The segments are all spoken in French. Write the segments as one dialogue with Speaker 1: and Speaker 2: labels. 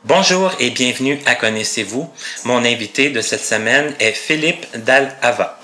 Speaker 1: Bonjour et bienvenue à Connaissez-vous. Mon invité de cette semaine est Philippe Dal-Hava.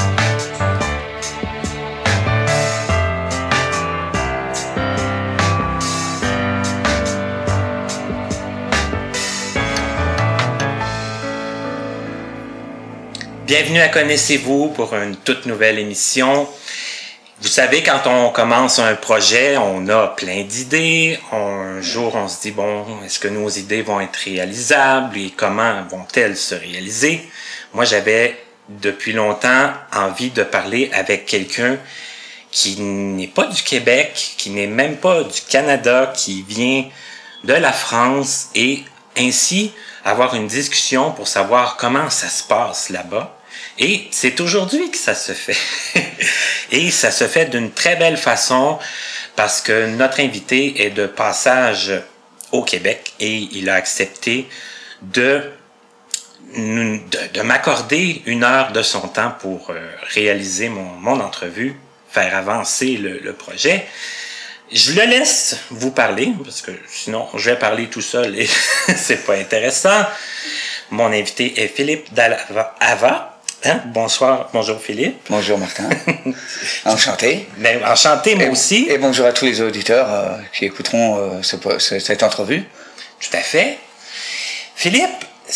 Speaker 1: Bienvenue à Connaissez-vous pour une toute nouvelle émission. Vous savez, quand on commence un projet, on a plein d'idées. Un jour, on se dit, bon, est-ce que nos idées vont être réalisables et comment vont-elles se réaliser? Moi, j'avais depuis longtemps envie de parler avec quelqu'un qui n'est pas du Québec, qui n'est même pas du Canada, qui vient de la France et ainsi avoir une discussion pour savoir comment ça se passe là-bas. Et c'est aujourd'hui que ça se fait. Et ça se fait d'une très belle façon parce que notre invité est de passage au Québec et il a accepté de m'accorder 1 heure de son temps pour réaliser mon entrevue, faire avancer le projet. Je le laisse vous parler parce que sinon je vais parler tout seul et c'est pas intéressant. Mon invité est Philippe Dal-Hava. Hein? Bonjour Philippe.
Speaker 2: Bonjour Martin. Enchanté.
Speaker 1: Ben, enchanté moi aussi.
Speaker 2: Et bonjour à tous les auditeurs qui écouteront cette entrevue.
Speaker 1: Tout à fait. Philippe,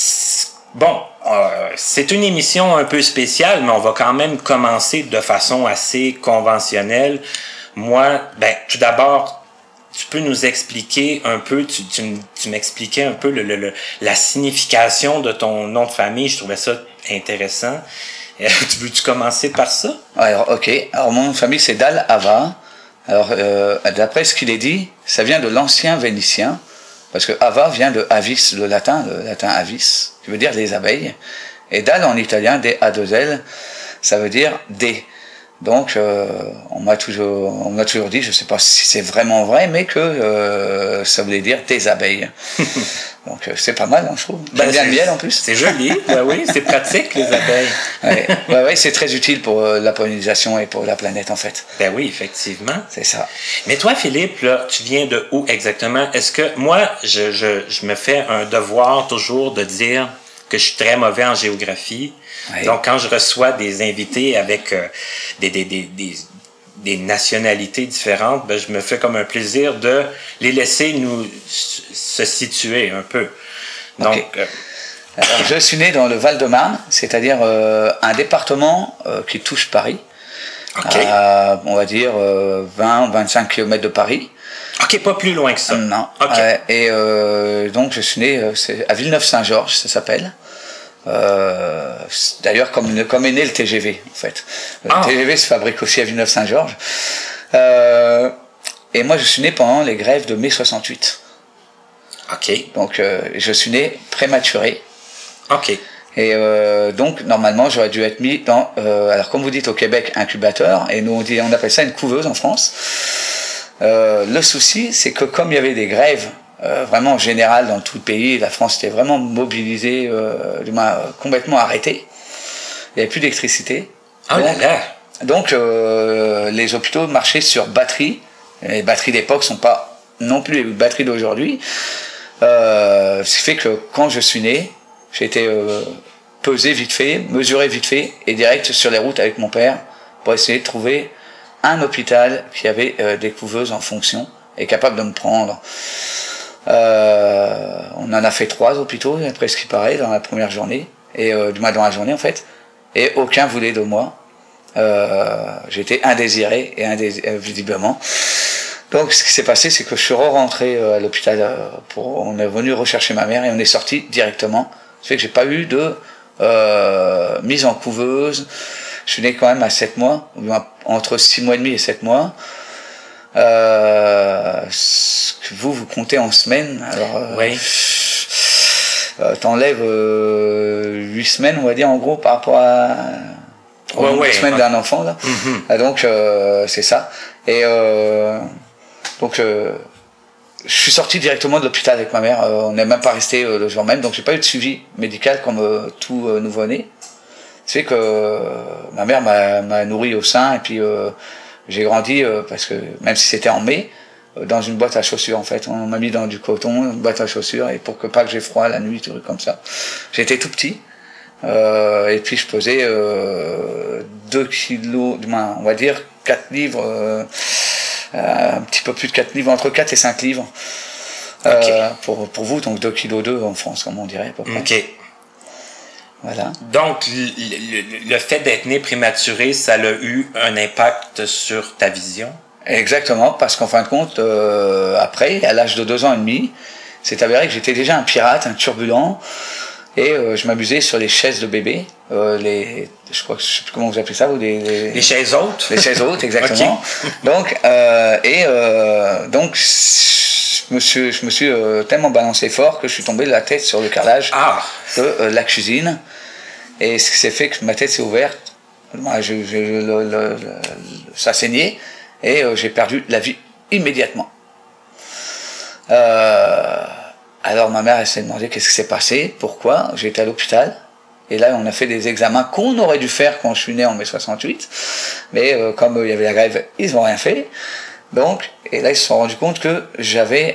Speaker 1: c'est une émission un peu spéciale, mais on va quand même commencer de façon assez conventionnelle. Moi, tout d'abord, tu peux nous expliquer un peu, tu m'expliquais un peu la signification de ton nom de famille. Je trouvais ça intéressant. Veux-tu commencer par ça?
Speaker 2: Alors, ok. Alors, mon nom de famille, c'est Dal-Hava. Alors, d'après ce qu'il est dit, ça vient de l'ancien vénitien, parce que Hava vient de avis, le latin avis, qui veut dire les abeilles. Et Dal en italien, D-A-2-L, ça veut dire des. Donc, on m'a toujours dit, je ne sais pas si c'est vraiment vrai, mais que ça voulait dire des abeilles. Donc, c'est pas mal, hein, je trouve. J'aime bien le miel en plus.
Speaker 1: C'est joli, oui, c'est pratique les abeilles.
Speaker 2: Ouais, c'est très utile pour la pollinisation et pour la planète en fait.
Speaker 1: Ben oui, effectivement.
Speaker 2: C'est ça.
Speaker 1: Mais toi, Philippe, là, tu viens de où exactement? Est-ce que moi, je me fais un devoir toujours de dire que je suis très mauvais en géographie. Oui. Donc, quand je reçois des invités avec des nationalités différentes, je me fais comme un plaisir de les laisser se situer un peu. Donc,
Speaker 2: okay. Alors, je suis né dans le Val-de-Marne, c'est-à-dire un département qui touche Paris, okay. On va dire 20-25 km de Paris.
Speaker 1: Ok, pas plus loin que ça.
Speaker 2: Non.
Speaker 1: Okay.
Speaker 2: Donc, je suis né à Villeneuve-Saint-Georges, ça s'appelle. D'ailleurs comme est né le TGV en fait. Le TGV se fabrique aussi à Villeneuve-Saint-Georges. Et moi je suis né pendant les grèves de mai 68.
Speaker 1: Ok.
Speaker 2: Donc je suis né prématuré.
Speaker 1: Ok.
Speaker 2: Et donc normalement j'aurais dû être mis dans alors comme vous dites au Québec incubateur et nous on appelle ça une couveuse en France. Le souci c'est que comme il y avait des grèves vraiment en général dans tout le pays, la France était vraiment mobilisée, complètement arrêtée. Il n'y avait plus d'électricité.
Speaker 1: Oh là là.
Speaker 2: Donc les hôpitaux marchaient sur batterie. Les batteries d'époque ne sont pas non plus les batteries d'aujourd'hui. Ce qui fait que quand je suis né, j'ai été pesé vite fait, mesuré vite fait, et direct sur les routes avec mon père pour essayer de trouver un hôpital qui avait des couveuses en fonction et capable de me prendre. On en a fait 3 hôpitaux, après ce qui paraît, dans la première journée, et dans la journée en fait, et aucun voulait de moi. J'étais indésiré, visiblement. Donc ce qui s'est passé, c'est que je suis rentré à l'hôpital, on est venu rechercher ma mère, et on est sorti directement. Ça fait que j'ai pas eu de mise en couveuse. Je suis né quand même à 7 mois, entre 6 mois et demi et 7 mois. Vous comptez en semaines, alors
Speaker 1: oui.
Speaker 2: T'enlèves 8 semaines, on va dire en gros par rapport à 8 semaines d'un enfant là. Mm-hmm. Donc c'est ça. Et donc je suis sorti directement de l'hôpital avec ma mère. On n'est même pas resté le jour même, donc j'ai pas eu de suivi médical comme tout nouveau-né. C'est que ma mère m'a nourri au sein et puis j'ai grandi parce que même si c'était en mai, dans une boîte à chaussures en fait. On m'a mis dans du coton, une boîte à chaussures, et pour que pas que j'ai froid la nuit, tout comme ça. J'étais tout petit, et puis je pesais 2 kilos, on va dire 4 livres, un petit peu plus de 4 livres, entre 4 et 5 livres. Okay. Pour vous, donc 2 kg 2 en France, comme on dirait à peu près.
Speaker 1: OK.
Speaker 2: Voilà.
Speaker 1: Donc, le fait d'être né prématuré, ça a eu un impact sur ta vision?
Speaker 2: Exactement, parce qu'en fin de compte, après, à l'âge de 2 ans et demi, c'est avéré que j'étais déjà un pirate, un turbulent, et je m'amusais sur les chaises de bébé, je sais plus comment vous appelez ça, vous,
Speaker 1: les chaises hautes.
Speaker 2: Les chaises hautes, exactement. Okay. Donc, je me suis tellement balancé fort que je suis tombé de la tête sur le carrelage de la cuisine, et ce qui s'est fait que ma tête s'est ouverte, ça saignait, et j'ai perdu la vie immédiatement. Alors ma mère, elle s'est demandé qu'est-ce qui s'est passé, pourquoi. J'ai été à l'hôpital, et là on a fait des examens qu'on aurait dû faire quand je suis né en mai 68, mais comme il y avait la grève, ils n'ont rien fait. Donc, et là ils se sont rendus compte que j'avais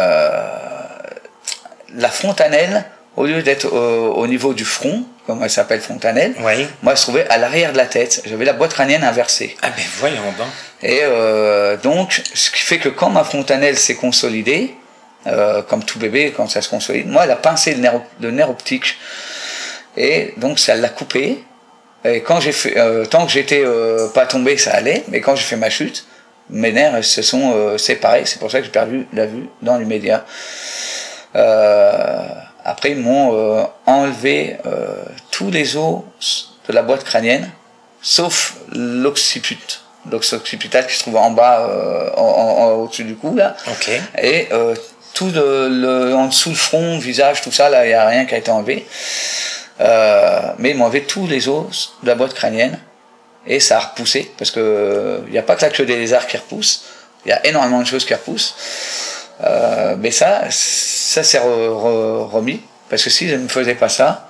Speaker 2: la fontanelle, au lieu d'être au niveau du front, comme elle s'appelle fontanelle,
Speaker 1: oui.
Speaker 2: Moi elle se trouvait à l'arrière de la tête. J'avais la boîte crânienne inversée.
Speaker 1: Ah ben voyons donc.
Speaker 2: Et donc, ce qui fait que quand ma fontanelle s'est consolidée, comme tout bébé, quand ça se consolide, moi elle a pincé le nerf optique. Et donc ça l'a coupé. Et quand j'ai fait, tant que j'étais pas tombé, ça allait, mais quand j'ai fait ma chute, mes nerfs se sont séparés. C'est pour ça que j'ai perdu la vue dans l'immédiat. Après, ils m'ont enlevé tous les os de la boîte crânienne, sauf l'occiput l'occipitale qui se trouve en bas, au-dessus du cou, là.
Speaker 1: Okay.
Speaker 2: Et tout en dessous le front, le visage, tout ça, là, il n'y a rien qui a été enlevé. Mais ils m'ont enlevé tous les os de la boîte crânienne. Et ça a repoussé, parce que il n'y a pas que la queue des lézards qui repousse, il y a énormément de choses qui repoussent. Mais ça s'est remis, parce que si je ne faisais pas ça,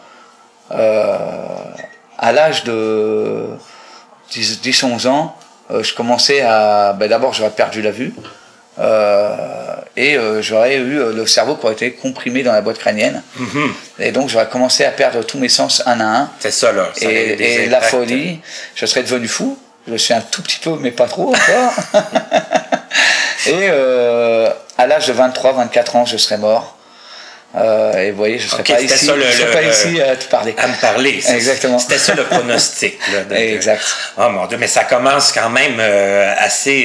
Speaker 2: à l'âge de 10-11 ans, je commençais à... d'abord, j'aurais perdu la vue, et j'aurais eu le cerveau qui aurait été comprimé dans la boîte crânienne. Mm-hmm. Et donc, j'aurais commencé à perdre tous mes sens un à un.
Speaker 1: C'est ça, là. Ça
Speaker 2: et la folie, je serais devenu fou. Je suis un tout petit peu, mais pas trop encore. Et à l'âge de 23-24 ans, je serais mort. Et vous voyez, je ne serais pas ici, ici à te parler.
Speaker 1: À me parler.
Speaker 2: Exactement.
Speaker 1: C'était ça le pronostic. Là,
Speaker 2: exact.
Speaker 1: Oh mon Dieu, mais ça commence quand même assez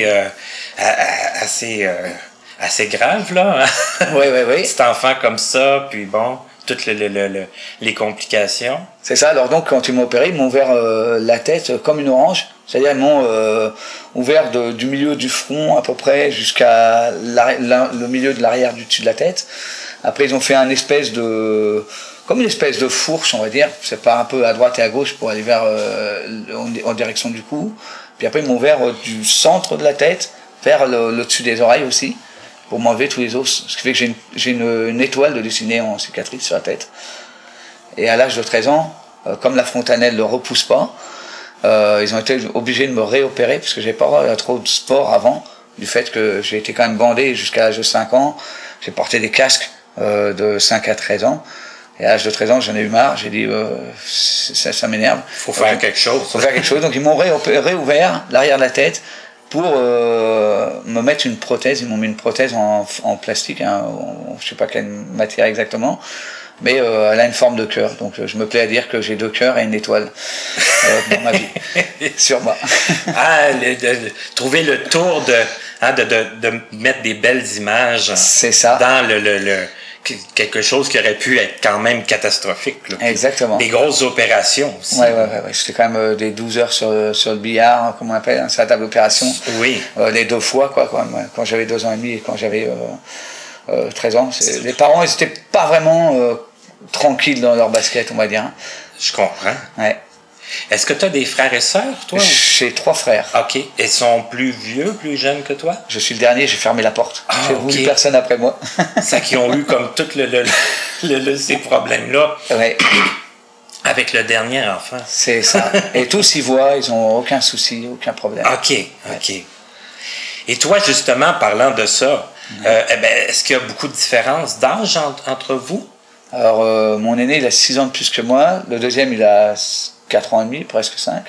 Speaker 1: grave, là.
Speaker 2: Oui.
Speaker 1: Petit enfant comme ça, puis bon, toutes les complications.
Speaker 2: C'est ça. Alors donc, quand ils m'ont opéré, ils m'ont ouvert la tête comme une orange. C'est-à-dire, ils m'ont ouvert du milieu du front à peu près jusqu'à le milieu de l'arrière du dessus de la tête. Après, ils ont fait comme une espèce de fourche, on va dire. C'est pas un peu à droite et à gauche pour aller vers en direction du cou. Puis après, ils m'ont ouvert du centre de la tête vers le dessus des oreilles aussi, pour m'enlever tous les os. Ce qui fait que j'ai une étoile de dessinée en cicatrice sur la tête. Et à l'âge de 13 ans, comme la fontanelle ne repousse pas, ils ont été obligés de me réopérer parce que j'avais pas trop de sport avant, du fait que j'ai été quand même bandé jusqu'à l'âge de 5 ans. J'ai porté des casques de 5 à 13 ans. Et à l'âge de 13 ans, j'en ai eu marre. J'ai dit, ça m'énerve.
Speaker 1: Faut faire quelque chose.
Speaker 2: Faut faire quelque chose. Donc ils m'ont réouvert l'arrière de la tête pour me mettre une prothèse. Ils m'ont mis une prothèse en plastique, je sais pas quelle matière exactement, mais elle a une forme de cœur. Donc je me plais à dire que j'ai 2 cœurs et une étoile dans ma vie, sur moi.
Speaker 1: Trouver le tour de mettre des belles images.
Speaker 2: C'est ça.
Speaker 1: Dans quelque chose qui aurait pu être quand même catastrophique. Là.
Speaker 2: Exactement.
Speaker 1: Des grosses opérations aussi.
Speaker 2: Ouais. C'était quand même des 12 heures sur le billard, comme on appelle, sur la table d'opération.
Speaker 1: Oui.
Speaker 2: Les 2 fois, quoi, quand j'avais 2 ans et demi et quand j'avais 13 ans. Les parents, ils n'étaient pas vraiment tranquilles dans leur basket, on va dire.
Speaker 1: Je comprends.
Speaker 2: Ouais.
Speaker 1: Est-ce que tu as des frères et sœurs, toi?
Speaker 2: J'ai 3 frères.
Speaker 1: OK. Ils sont plus vieux, plus jeunes que toi?
Speaker 2: Je suis le dernier, j'ai fermé la porte. J'ai voulu personne après moi.
Speaker 1: Ça qui ont eu comme tous ces problèmes-là.
Speaker 2: Ouais.
Speaker 1: Avec le dernier enfant.
Speaker 2: C'est ça. Et tous y voient, ils n'ont aucun souci, aucun problème.
Speaker 1: OK. Et toi, justement, parlant de ça, est-ce qu'il y a beaucoup de différences d'âge entre vous?
Speaker 2: Alors, mon aîné, il a 6 ans de plus que moi. Le deuxième, il a 4 ans et demi, presque 5.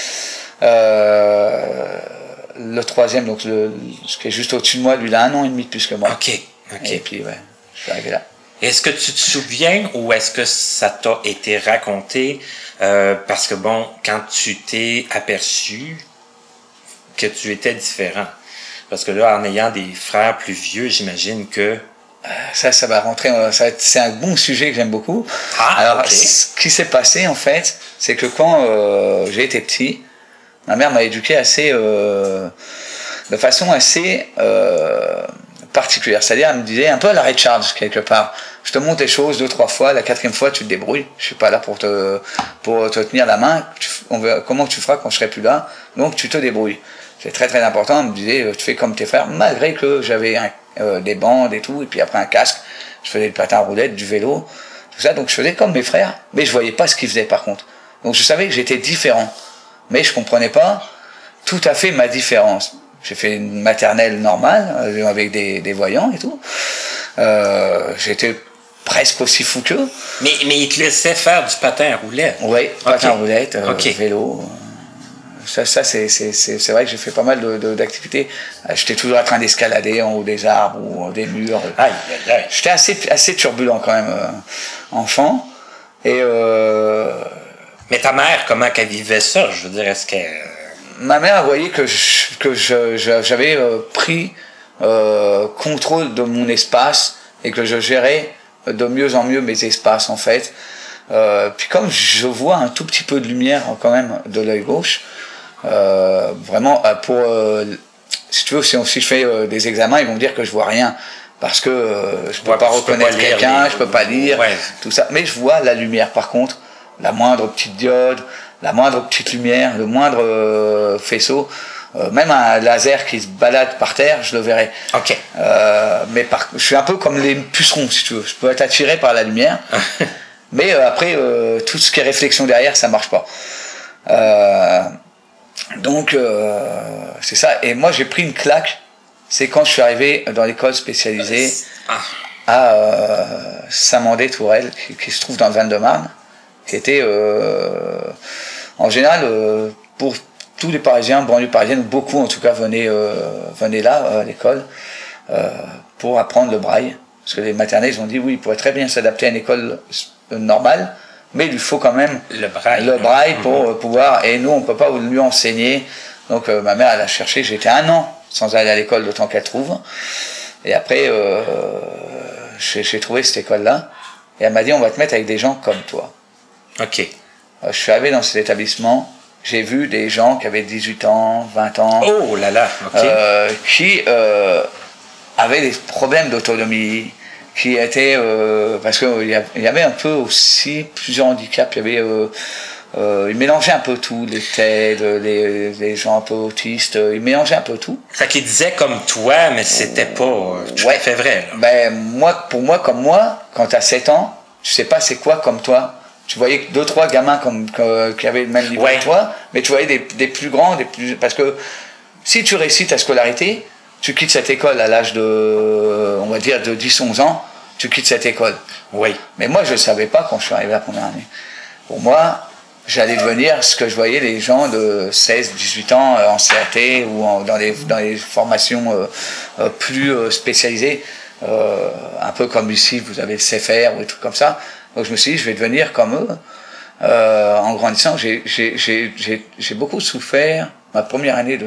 Speaker 2: Le troisième, donc ce qui est juste au-dessus de moi, lui, il a 1 an et demi de plus que moi.
Speaker 1: OK.
Speaker 2: Et puis, ouais, je suis arrivé là.
Speaker 1: Est-ce que tu te souviens ou est-ce que ça t'a été raconté? Parce que, bon, quand tu t'es aperçu que tu étais différent. Parce que là, en ayant des frères plus vieux, j'imagine que...
Speaker 2: Ça va rentrer... c'est un bon sujet que j'aime beaucoup.
Speaker 1: Alors,
Speaker 2: okay. Ce qui s'est passé, en fait, c'est que quand j'ai été petit, ma mère m'a éduqué de façon assez particulière. C'est-à-dire, elle me disait un peu à l'arrêt de charge, quelque part. Je te montre les choses 2-3 fois, la 4e fois, tu te débrouilles. Je suis pas là pour te tenir la main. On verra comment tu feras quand je serai plus là. Donc, tu te débrouilles. C'est très très important. Elle me disait, tu fais comme tes frères, malgré que j'avais des bandes et tout, et puis après un casque. Je faisais le patin à roulettes, du vélo, tout ça. Donc, je faisais comme mes frères, mais je voyais pas ce qu'ils faisaient par contre. Donc, je savais que j'étais différent. Mais je comprenais pas tout à fait ma différence. J'ai fait une maternelle normale, avec des voyants et tout. J'étais presque aussi fou qu'eux.
Speaker 1: Mais il te laissait faire du patin à roulettes?
Speaker 2: Oui, patin à roulettes, vélo. Ça c'est vrai que j'ai fait pas mal d'activités. J'étais toujours en train d'escalader en haut des arbres ou des murs. J'étais assez turbulent quand même, enfant. Et
Speaker 1: mais ta mère, comment qu'elle vivait ça? Je veux dire, est-ce qu'elle...
Speaker 2: Ma mère voyait que j'avais pris contrôle de mon espace et que je gérais de mieux en mieux mes espaces, en fait. Puis comme je vois un tout petit peu de lumière quand même de l'œil gauche, vraiment, si tu veux, si je fais des examens, ils vont me dire que je vois rien. Parce que je peux pas reconnaître quelqu'un, je peux pas lire, tout ça. Mais je vois la lumière, par contre. La moindre petite diode, la moindre petite lumière, le moindre faisceau, même un laser qui se balade par terre, je le verrai.
Speaker 1: Ok.
Speaker 2: Mais je suis un peu comme les pucerons, si tu veux. Je peux être attiré par la lumière, mais après, tout ce qui est réflexion derrière, ça marche pas. Donc, c'est ça. Et moi, j'ai pris une claque. C'est quand je suis arrivé dans l'école spécialisée à Saint-Mandé-Tourelle, qui se trouve dans le Val-de-Marne, qui était en général pour tous les Parisiens, banlieues parisiennes, beaucoup en tout cas venaient là à l'école pour apprendre le braille, parce que les maternelles ils ont dit oui, il pourrait très bien s'adapter à une école normale, mais il lui faut quand même le braille pour pouvoir, et nous on peut pas lui enseigner. Donc ma mère elle a cherché, j'étais 1 an sans aller à l'école le temps qu'elle trouve, et après j'ai trouvé cette école là, et elle m'a dit on va te mettre avec des gens comme toi.
Speaker 1: Ok.
Speaker 2: Je suis arrivé dans cet établissement, j'ai vu des gens qui avaient 18 ans, 20 ans,
Speaker 1: oh là là, okay.
Speaker 2: Qui avaient des problèmes d'autonomie, qui étaient parce qu'il y avait un peu aussi plusieurs handicaps, il y avait ils mélangeaient un peu tout, les TED, les gens un peu autistes, ils mélangeaient un peu tout.
Speaker 1: Fait qu'ils disaient comme toi, mais c'était pas tout à fait vrai. Là.
Speaker 2: Ben, pour moi, comme moi, quand tu as 7 ans, tu sais pas c'est quoi comme toi. Tu voyais 2-3 gamins qui avaient le même niveau que toi, mais tu voyais des plus grands, parce que si tu réussis ta scolarité, tu quittes cette école à l'âge de, on va dire, de 10-11 ans, tu quittes cette école.
Speaker 1: Oui.
Speaker 2: Mais moi, je ne savais pas quand je suis arrivé la première année. Pour moi, j'allais devenir ce que je voyais les gens de 16-18 ans en CAT ou dans les formations plus spécialisées, un peu comme ici, vous avez le CFR ou des trucs comme ça. Donc je me suis dit, je vais devenir comme eux. En grandissant, j'ai beaucoup souffert ma première année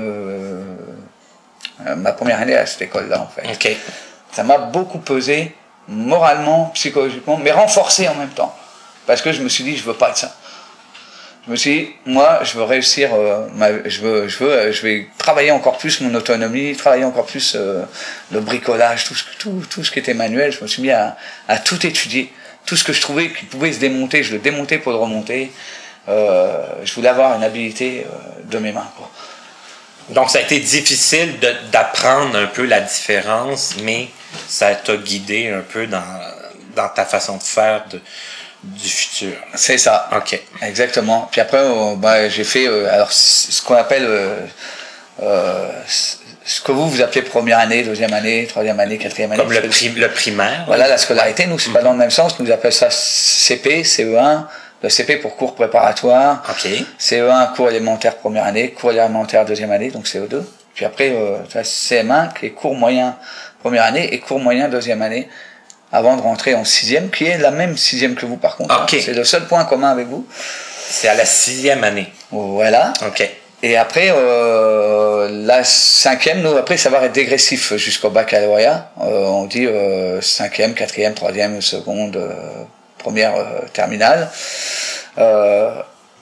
Speaker 2: à cette école-là, en fait.
Speaker 1: Okay.
Speaker 2: Ça m'a beaucoup pesé, moralement, psychologiquement, mais renforcé en même temps. Parce que je me suis dit, je veux pas de ça. Je me suis dit, moi, je veux réussir, je vais travailler encore plus mon autonomie, travailler encore plus le bricolage, tout ce qui était manuel. Je me suis mis à tout étudier. Tout ce que je trouvais qui pouvait se démonter, je le démontais pour le remonter. Je voulais avoir une habilité de mes mains, quoi.
Speaker 1: Donc, ça a été difficile d'apprendre un peu la différence, mais ça t'a guidé un peu dans ta façon de faire du futur.
Speaker 2: C'est ça.
Speaker 1: OK.
Speaker 2: Exactement. Puis après, j'ai fait alors ce qu'on appelle ce que vous appelez première année, deuxième année, troisième année, quatrième année.
Speaker 1: Comme le primaire.
Speaker 2: Voilà, la scolarité, nous, c'est pas dans le même sens. Nous appelons ça CP, CE1. Le CP pour cours préparatoire.
Speaker 1: OK.
Speaker 2: CE1, cours élémentaire première année, cours élémentaire deuxième année, donc CE2. Puis après, CM1, qui est cours moyen première année et cours moyen deuxième année, avant de rentrer en sixième, qui est la même sixième que vous par contre.
Speaker 1: OK.
Speaker 2: C'est le seul point commun avec vous.
Speaker 1: C'est à la 6e année.
Speaker 2: Voilà.
Speaker 1: OK.
Speaker 2: Et après, la cinquième, nous, après, ça va être dégressif jusqu'au baccalauréat. On dit cinquième, quatrième, troisième, seconde, première, terminale. La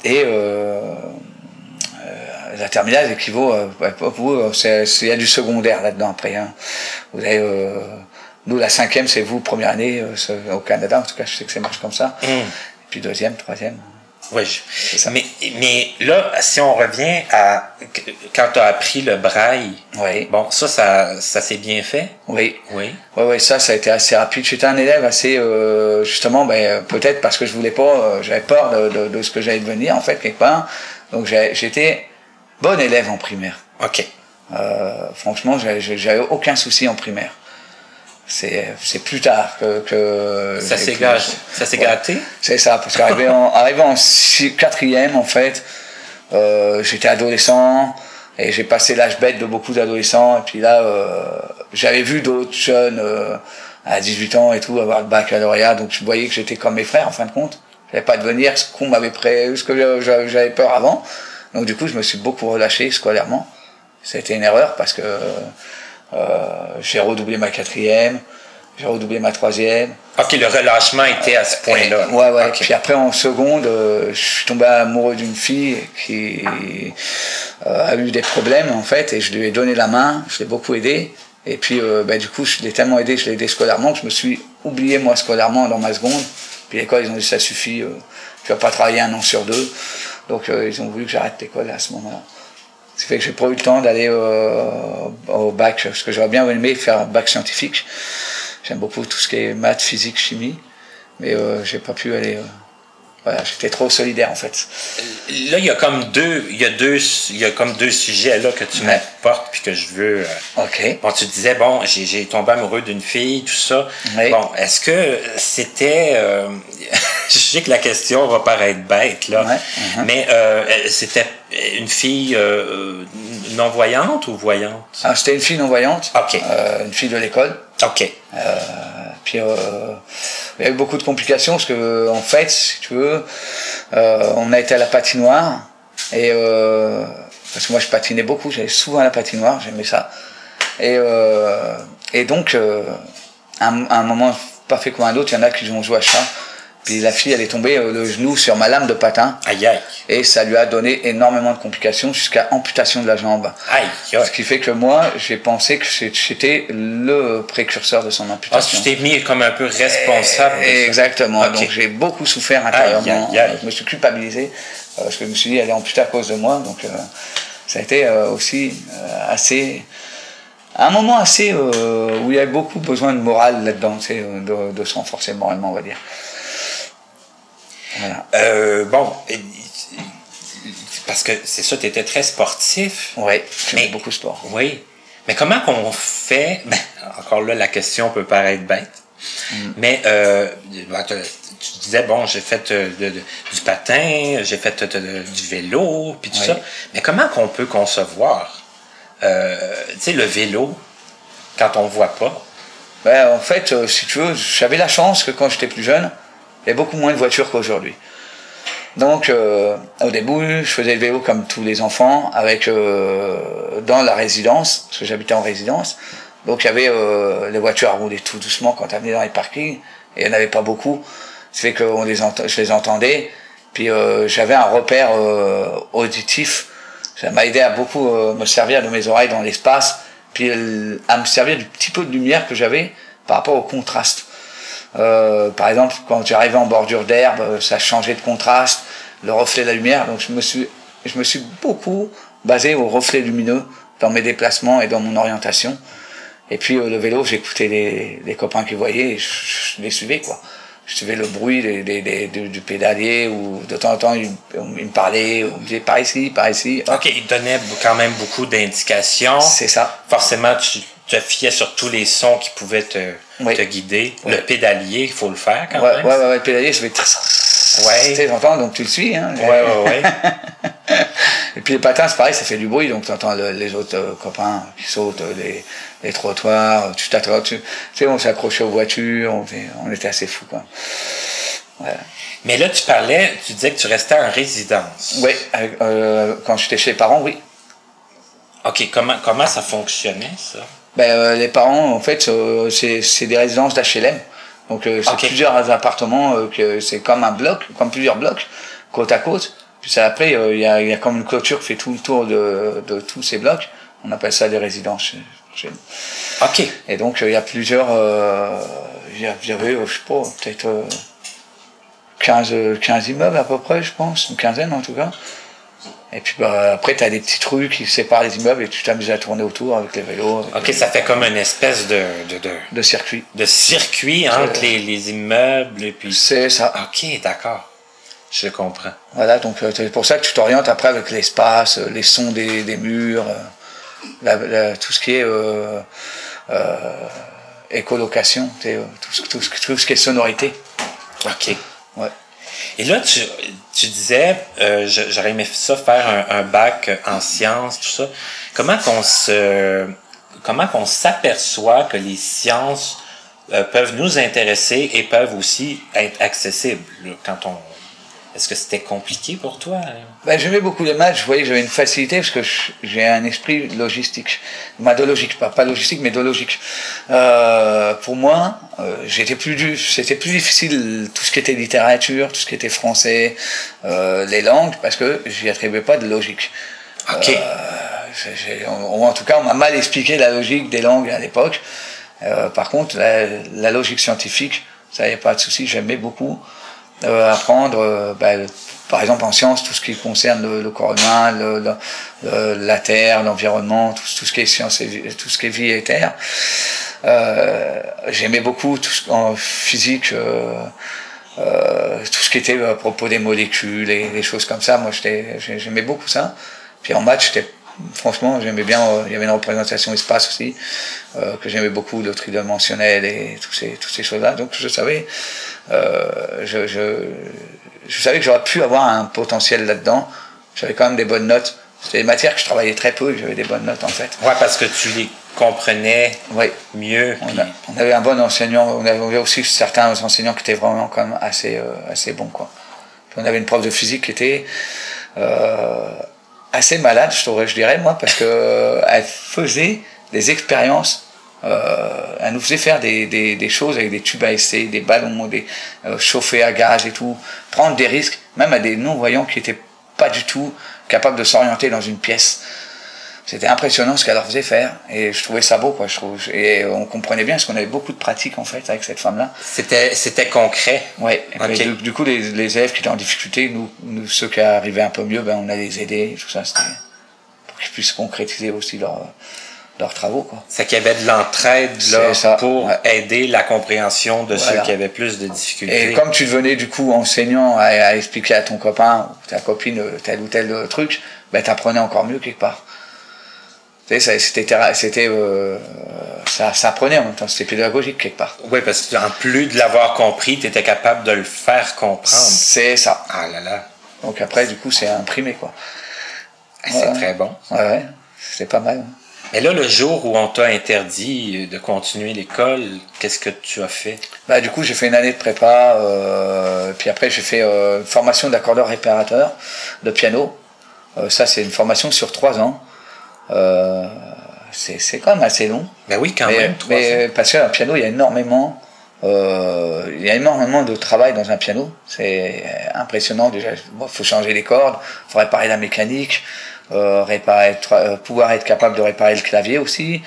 Speaker 2: terminale équivaut, il y a du secondaire là-dedans après. Hein. Vous avez, nous, la cinquième, c'est vous, première année au Canada, en tout cas, je sais que ça marche comme ça. Et puis deuxième, troisième.
Speaker 1: Oui, mais là, si on revient à quand tu as appris le braille,
Speaker 2: oui.
Speaker 1: Bon, ça s'est bien fait?
Speaker 2: Oui.
Speaker 1: Oui.
Speaker 2: Oui, ça a été assez rapide. J'étais un élève assez, justement, peut-être parce que je voulais pas, j'avais peur de ce que j'allais devenir, en fait, quelque part. Donc j'étais bon élève en primaire.
Speaker 1: OK.
Speaker 2: Franchement, j'avais aucun souci en primaire. C'est plus tard que
Speaker 1: ça s'est gâté.
Speaker 2: C'est ça, parce qu'arrivé en quatrième, en fait, j'étais adolescent et j'ai passé l'âge bête de beaucoup d'adolescents. Et puis là, j'avais vu d'autres jeunes à 18 ans et tout avoir le baccalauréat, donc je voyais que j'étais comme mes frères en fin de compte. J'allais pas devenir ce qu'on m'avait ce que j'avais peur avant. Donc du coup, je me suis beaucoup relâché scolairement. Ça a été une erreur parce que j'ai redoublé ma quatrième, j'ai redoublé ma troisième.
Speaker 1: OK, le relâchement était à ce point-là.
Speaker 2: Ouais.
Speaker 1: Okay.
Speaker 2: Puis après, en seconde, je suis tombé amoureux d'une fille qui a eu des problèmes, en fait, et je lui ai donné la main, je l'ai beaucoup aidé. Et puis, du coup, je l'ai tellement aidé, je l'ai aidé scolairement, que je me suis oublié, moi, scolairement, dans ma seconde. Puis l'école, ils ont dit, ça suffit, tu vas pas travailler 1 an sur 2. Donc, ils ont voulu que j'arrête l'école à ce moment-là. Ce qui fait que j'ai pas eu le temps d'aller au bac, parce que j'aurais bien aimé faire un bac scientifique. J'aime beaucoup tout ce qui est maths, physique, chimie, mais j'ai pas pu aller. Voilà, j'étais trop solidaire en fait.
Speaker 1: Là, il y a comme deux sujets là que tu m'apportes puis que je veux.
Speaker 2: OK.
Speaker 1: Bon, tu disais j'ai tombé amoureux d'une fille, tout ça.
Speaker 2: Oui.
Speaker 1: Bon, est-ce que c'était je sais que la question va paraître bête là, mais c'était une fille non-voyante ou voyante?
Speaker 2: Ah, c'était une fille non-voyante.
Speaker 1: OK.
Speaker 2: Une fille de l'école.
Speaker 1: OK.
Speaker 2: Puis il y a eu beaucoup de complications parce que en fait, si tu veux, on a été à la patinoire et parce que moi je patinais beaucoup, j'allais souvent à la patinoire, j'aimais ça. Et donc à un moment pas fait comme un autre, il y en a qui ont joué à ça. Puis la fille, elle est tombée le genou sur ma lame de patin.
Speaker 1: Aïe, aïe.
Speaker 2: Et ça lui a donné énormément de complications jusqu'à amputation de la jambe.
Speaker 1: Aïe, aïe.
Speaker 2: Ce qui fait que moi, j'ai pensé que j'étais le précurseur de son amputation.
Speaker 1: Ah, tu t'es mis comme un peu responsable.
Speaker 2: Exactement.
Speaker 1: Okay.
Speaker 2: Donc j'ai beaucoup souffert intérieurement.
Speaker 1: Aïe, aïe, aïe.
Speaker 2: Je me suis culpabilisé parce que je me suis dit, elle est amputée à cause de moi. Donc ça a été aussi assez... un moment assez où il y avait beaucoup besoin de morale là-dedans, tu sais, de se renforcer moralement, on va dire. Voilà.
Speaker 1: Parce que c'est ça, tu étais très sportif.
Speaker 2: Oui, j'aimais beaucoup le sport.
Speaker 1: Oui. Mais comment qu'on fait... encore là, la question peut paraître bête. Mais tu disais, j'ai fait du patin, j'ai fait du vélo, puis tout ça. Mais comment qu'on peut concevoir tu sais, le vélo quand on ne voit pas?
Speaker 2: En fait, si tu veux, j'avais la chance que quand j'étais plus jeune, il y avait beaucoup moins de voitures qu'aujourd'hui. Donc, au début, je faisais le vélo comme tous les enfants, avec dans la résidence, parce que j'habitais en résidence. Donc, il y avait les voitures à rouler tout doucement quand elles venaient dans les parkings, et il n'y en avait pas beaucoup. Ça fait que je les entendais. Puis, j'avais un repère auditif. Ça m'a aidé à beaucoup me servir de mes oreilles dans l'espace, puis à me servir du petit peu de lumière que j'avais par rapport au contraste. Par exemple, quand j'arrivais en bordure d'herbe, ça changeait de contraste, le reflet de la lumière. Donc je me suis beaucoup basé au reflet lumineux dans mes déplacements et dans mon orientation. Et puis le vélo, j'écoutais les copains qui voyaient et je les suivais, quoi. je suivais le bruit du pédalier, ou de temps en temps, il me parlait, on me disait par ici, par ici.
Speaker 1: OK, il donnait quand même beaucoup d'indications.
Speaker 2: C'est ça.
Speaker 1: Forcément, tu te fiais sur tous les sons qui pouvaient te guider. Oui. Le pédalier, il faut le faire quand même.
Speaker 2: Ouais, le pédalier, je fais... Ouais. Tu entends, donc tu le suis. Hein,
Speaker 1: ouais.
Speaker 2: Et puis les patins, c'est pareil, ça fait du bruit, donc tu entends les autres copains qui sautent les trottoirs, tu t'attends, tu sais, on s'accrochait aux voitures, on était assez fous, quoi. Ouais.
Speaker 1: Mais là, tu disais que tu restais en résidence.
Speaker 2: Oui, quand j'étais chez les parents, oui.
Speaker 1: OK, comment ça fonctionnait, ça?
Speaker 2: Les parents, en fait, c'est des résidences d'HLM. Donc c'est plusieurs appartements, c'est comme un bloc, comme plusieurs blocs, côte à côte. Puis après, il y a comme une clôture qui fait tout le tour de tous ces blocs. On appelle ça des résidences chez nous.
Speaker 1: OK.
Speaker 2: Et donc il y a plusieurs, il y avait, je sais pas, peut-être 15 immeubles à peu près, je pense, une quinzaine en tout cas. Et puis après, tu as des petites rues qui séparent les immeubles et tu t'amuses à tourner autour avec les vélos.
Speaker 1: OK, ça fait comme une espèce
Speaker 2: de circuit.
Speaker 1: De circuit entre les immeubles et puis...
Speaker 2: C'est ça.
Speaker 1: OK, d'accord. Je comprends.
Speaker 2: Voilà, donc c'est pour ça que tu t'orientes après avec l'espace, les sons des murs, tout ce qui est écolocation, tout ce qui est sonorité.
Speaker 1: OK.
Speaker 2: Ouais.
Speaker 1: Et là, tu disais, j'aurais aimé ça faire un bac en sciences, tout ça. Comment qu'on s'aperçoit que les sciences peuvent nous intéresser et peuvent aussi être accessibles quand on... Est-ce que c'était compliqué pour toi?
Speaker 2: J'aimais beaucoup les maths, je voyais que j'avais une facilité parce que j'ai un esprit logistique. De logique, pas logistique, mais de logique. Pour moi, c'était plus difficile tout ce qui était littérature, tout ce qui était français, les langues, parce que j'y attribuais pas de logique.
Speaker 1: OK.
Speaker 2: En tout cas, on m'a mal expliqué la logique des langues à l'époque. Par contre, la logique scientifique, ça n'y avait pas de souci, j'aimais beaucoup. Apprendre, par exemple en sciences, tout ce qui concerne le corps humain, la terre, l'environnement, tout ce qui est science, tout ce qui est vie et terre. J'aimais beaucoup en physique, tout ce qui était à propos des molécules et des choses comme ça. Moi, j'aimais beaucoup ça. Puis en maths, franchement, j'aimais bien. Il y avait une représentation espace aussi que j'aimais beaucoup, le tridimensionnel et toutes ces choses-là. Donc je savais. Je savais que j'aurais pu avoir un potentiel là-dedans. J'avais quand même des bonnes notes. C'était des matières que je travaillais très peu et j'avais des bonnes notes en fait.
Speaker 1: Ouais, parce que tu les comprenais mieux.
Speaker 2: On avait un bon enseignant. On avait aussi certains enseignants qui étaient vraiment quand même assez bons, quoi. Puis on avait une prof de physique qui était assez malade, je dirais moi, parce que elle faisait des expériences. Elle nous faisait faire des choses avec des tubes à essai, des ballons, chauffés à gaz et tout, prendre des risques, même à des non-voyants qui n'étaient pas du tout capables de s'orienter dans une pièce. C'était impressionnant ce qu'elle leur faisait faire, et je trouvais ça beau, quoi. Et on comprenait bien, parce qu'on avait beaucoup de pratiques en fait avec cette femme-là.
Speaker 1: C'était concret.
Speaker 2: Ouais. Okay. Du coup, les élèves qui étaient en difficulté, nous ceux qui arrivaient un peu mieux, on allait les aider, et tout ça, c'était pour qu'ils puissent concrétiser aussi leurs travaux, quoi.
Speaker 1: C'est qu'il y avait de l'entraide là, pour aider la compréhension de ceux qui avaient plus de difficultés.
Speaker 2: Et comme tu devenais du coup enseignant à expliquer à ton copain ou ta copine tel ou tel truc, t'apprenais encore mieux quelque part. Tu sais, ça apprenait en même temps, c'était pédagogique quelque part.
Speaker 1: Oui, parce qu'en plus de l'avoir compris, tu étais capable de le faire comprendre.
Speaker 2: C'est ça.
Speaker 1: Ah là là.
Speaker 2: Donc après, du coup, c'est imprimé, quoi.
Speaker 1: C'est très bon.
Speaker 2: Ouais, c'était pas mal.
Speaker 1: Et là, le jour où on t'a interdit de continuer l'école, qu'est-ce que tu as fait?
Speaker 2: Du coup, j'ai fait une année de prépa, puis après j'ai fait une formation d'accordeur réparateur de piano. Ça, c'est une formation sur 3 ans. C'est quand même assez long.
Speaker 1: Ben oui, quand même. 3 ans.
Speaker 2: Parce qu'un piano, il y a énormément de travail dans un piano. C'est impressionnant déjà. Il faut changer les cordes, il faut réparer la mécanique. Pouvoir être capable de réparer le clavier aussi,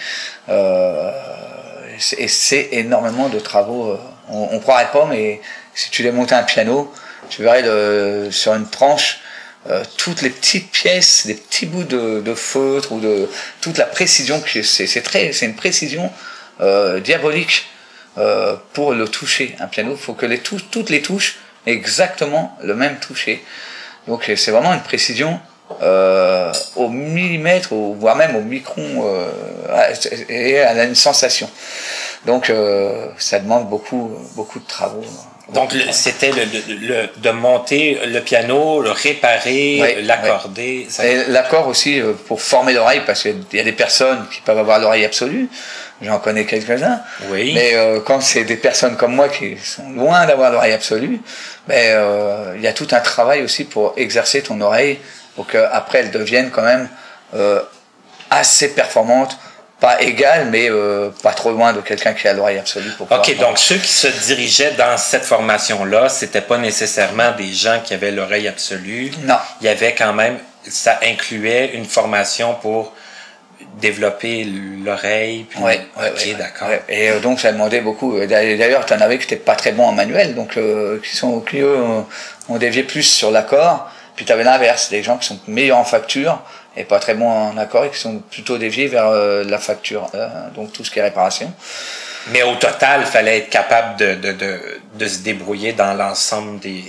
Speaker 2: et c'est énormément de travaux. On croirait pas, mais si tu démontais un piano, tu verrais sur une tranche toutes les petites pièces, des petits bouts de feutre ou de toute la précision. C'est une précision diabolique pour le toucher. Un piano, il faut que toutes les touches aient exactement le même toucher. Donc c'est vraiment une précision au millimètre, voire même au micron, et elle a une sensation. Donc ça demande beaucoup de travaux.
Speaker 1: Donc c'était de monter le piano, le réparer, l'accorder.
Speaker 2: Oui. Et l'accord aussi pour former l'oreille, parce qu'il y a des personnes qui peuvent avoir l'oreille absolue. J'en connais quelques-uns.
Speaker 1: Oui.
Speaker 2: Mais quand c'est des personnes comme moi qui sont loin d'avoir l'oreille absolue, il y a tout un travail aussi pour exercer ton oreille pour qu'après elle devienne quand même assez performante. Pas égale, mais pas trop loin de quelqu'un qui a l'oreille absolue.
Speaker 1: OK, donc ceux qui se dirigeaient dans cette formation-là, c'était pas nécessairement des gens qui avaient l'oreille absolue.
Speaker 2: Non.
Speaker 1: Il y avait quand même, ça incluait une formation pour développer l'oreille. Puis...
Speaker 2: Oui,
Speaker 1: d'accord.
Speaker 2: Ouais. Et donc ça demandait beaucoup. D'ailleurs, tu en avais qui n'étaient pas très bons en manuel, donc qui eux, ont dévié plus sur l'accord. Puis tu avais l'inverse, des gens qui sont meilleurs en facture et pas très bons en accord et qui sont plutôt déviés vers la facture, donc tout ce qui est réparation.
Speaker 1: Mais au total, il fallait être capable de se débrouiller dans l'ensemble des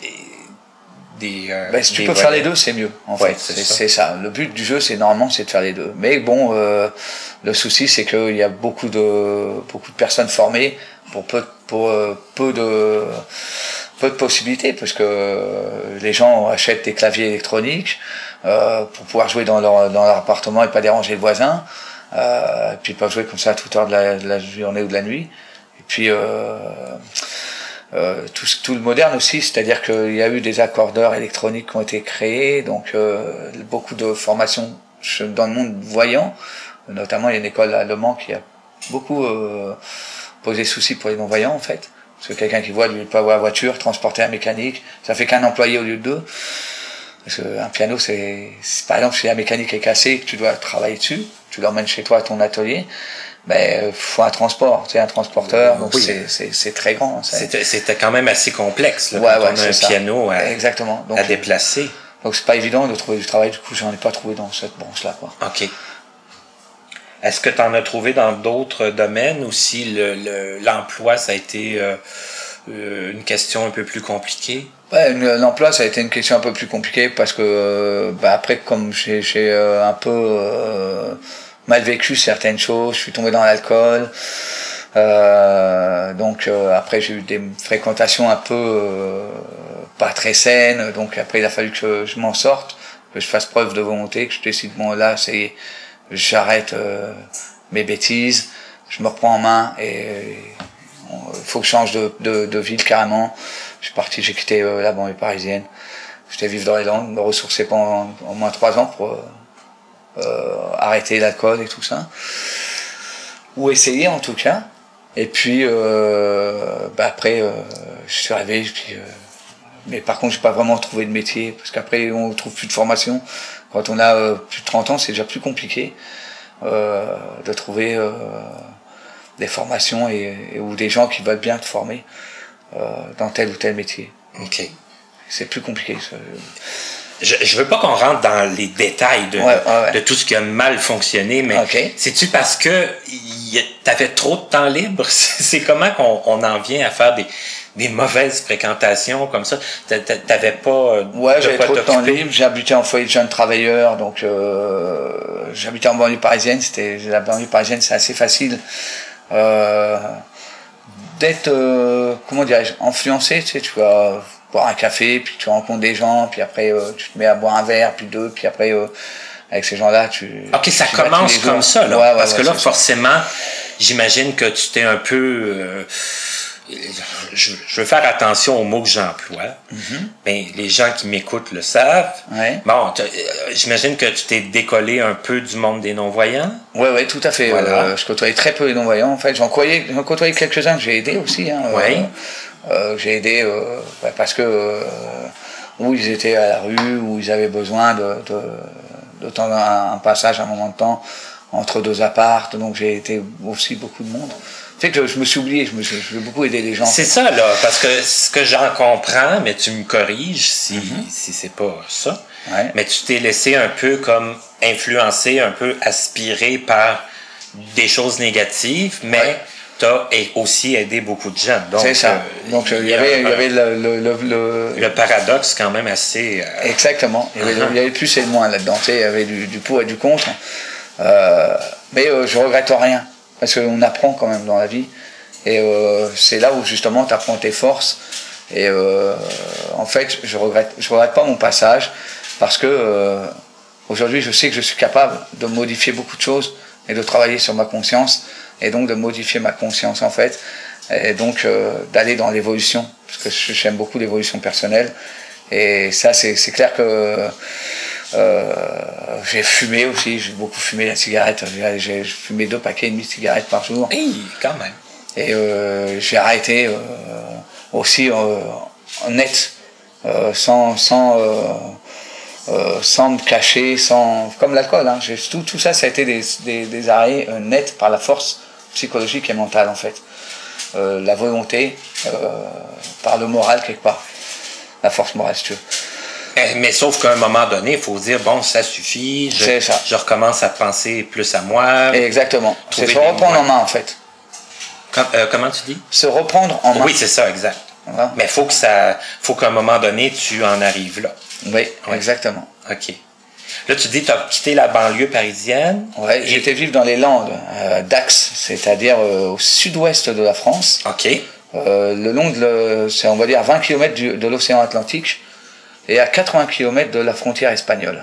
Speaker 2: si tu peux faire les deux, c'est mieux. En fait, c'est ça. Le but du jeu, c'est de faire les deux. Mais bon, le souci, c'est qu'il y a beaucoup de personnes formées pour peu de possibilités, parce que les gens achètent des claviers électroniques pour pouvoir jouer dans leur appartement et pas déranger le voisin. Puis ils peuvent jouer comme ça à toute heure de la journée ou de la nuit. Et puis tout le moderne aussi, c'est-à-dire qu'il y a eu des accordeurs électroniques qui ont été créés, donc beaucoup de formations dans le monde voyant, notamment il y a une école à Le Mans qui a beaucoup posé souci pour les non-voyants en fait, parce que quelqu'un qui voit, lui, peut avoir la voiture, transporter un mécanique, ça fait qu'un employé au lieu de deux. Parce qu'un piano, c'est par exemple, si la mécanique est cassée et que tu dois travailler dessus, tu l'emmènes chez toi à ton atelier, faut un transport, tu sais, un transporteur, donc oui. c'est très grand.
Speaker 1: C'était quand même assez complexe, là, quand on a un piano à déplacer.
Speaker 2: Donc c'est pas évident de trouver du travail, du coup j'en ai pas trouvé dans cette branche-là, quoi.
Speaker 1: OK. Est-ce que tu en as trouvé dans d'autres domaines ou si l'emploi, ça a été une question un peu plus compliquée?
Speaker 2: L'emploi, ça a été une question un peu plus compliquée parce que après, comme j'ai un peu mal vécu certaines choses, je suis tombé dans l'alcool, donc après j'ai eu des fréquentations un peu pas très saines, donc après il a fallu que je m'en sorte, que je fasse preuve de volonté, que je décide là j'arrête mes bêtises, je me reprends en main et il faut que je change de ville carrément. Je suis parti, j'ai quitté la banlieue parisienne. J'étais vivre dans les Landes, me ressourcer pendant au moins 3 ans pour arrêter l'alcool et tout ça. Ou essayer en tout cas. Et puis après, je suis arrivé. Mais par contre, j'ai pas vraiment trouvé de métier parce qu'après, on trouve plus de formation. Quand on a plus de 30 ans, c'est déjà plus compliqué de trouver des formations ou des gens qui veulent bien te former dans tel ou tel métier.
Speaker 1: OK.
Speaker 2: C'est plus compliqué.
Speaker 1: Je veux pas qu'on rentre dans les détails de tout ce qui a mal fonctionné, mais c'est-tu parce que t'avais trop de temps libre? C'est comment qu'on en vient à faire des mauvaises fréquentations comme ça? T'avais pas...
Speaker 2: j'avais trop de temps libre. J'habitais en foyer de jeunes travailleurs, donc j'habitais en banlieue parisienne. La banlieue parisienne, c'est assez facile d'être, comment dirais-je, influencé. Tu sais, tu vas boire un café, puis tu rencontres des gens, puis après tu te mets à boire un verre, puis deux, puis après avec ces gens-là,
Speaker 1: OK, ça commence comme ça, là. Parce que là, forcément, j'imagine que tu t'es un peu... je veux faire attention aux mots que j'emploie. Mais les gens qui m'écoutent le savent. Bon, j'imagine que tu t'es décollé un peu du monde des non-voyants.
Speaker 2: Oui, tout à fait. Voilà. Je côtoyais très peu les non-voyants. En fait, j'en côtoyais quelques-uns que j'ai aidés aussi. J'ai aidé parce que où ils étaient à la rue, où ils avaient besoin de temps un passage, un moment de temps entre deux appartes. Donc j'ai aidé aussi beaucoup de monde. Fait que je me suis oublié, je veux beaucoup aider les gens.
Speaker 1: C'est ça, là, parce que ce que j'en comprends, mais tu me corriges si c'est pas ça, mais tu t'es laissé un peu comme influencer, un peu aspiré par des choses négatives, mais t'as aussi aidé beaucoup de gens.
Speaker 2: C'est ça. Donc il y avait
Speaker 1: le paradoxe quand même assez...
Speaker 2: Exactement. Il y avait le plus et le moins là-dedans. Tu sais, il y avait du pour et du contre. Mais je regrette rien. Parce qu'on apprend quand même dans la vie. Et c'est là où justement tu apprends tes forces. Et en fait, je regrette pas mon passage. Parce que aujourd'hui, je sais que je suis capable de modifier beaucoup de choses et de travailler sur ma conscience. Et donc de modifier ma conscience en fait. Et donc d'aller dans l'évolution. Parce que j'aime beaucoup l'évolution personnelle. Et ça, c'est clair que j'ai fumé aussi. J'ai beaucoup fumé la cigarette. J'ai fumé 2 paquets et demi de cigarettes par jour.
Speaker 1: Oui, quand même.
Speaker 2: Et j'ai arrêté aussi net. Sans me cacher, comme l'alcool. Hein. Tout ça, ça a été des arrêts nets par la force psychologique et mentale, en fait. La volonté, par le moral, quelque part. La force morale, si tu veux.
Speaker 1: Mais sauf qu'à un moment donné, il faut dire, bon, ça suffit, je recommence à penser plus à moi.
Speaker 2: Exactement. C'est se reprendre en main, en fait.
Speaker 1: Comment tu dis?
Speaker 2: Se reprendre en main.
Speaker 1: Oui, c'est ça, exact. Voilà. Mais faut qu'à un moment donné, tu en arrives là.
Speaker 2: Oui, exactement.
Speaker 1: OK. Là, tu dis que tu as quitté la banlieue parisienne.
Speaker 2: Oui, j'étais vivre dans les Landes, Dax, c'est-à-dire au sud-ouest de la France.
Speaker 1: OK.
Speaker 2: Le long c'est on va dire 20 km de l'océan Atlantique et à 80 km de la frontière espagnole.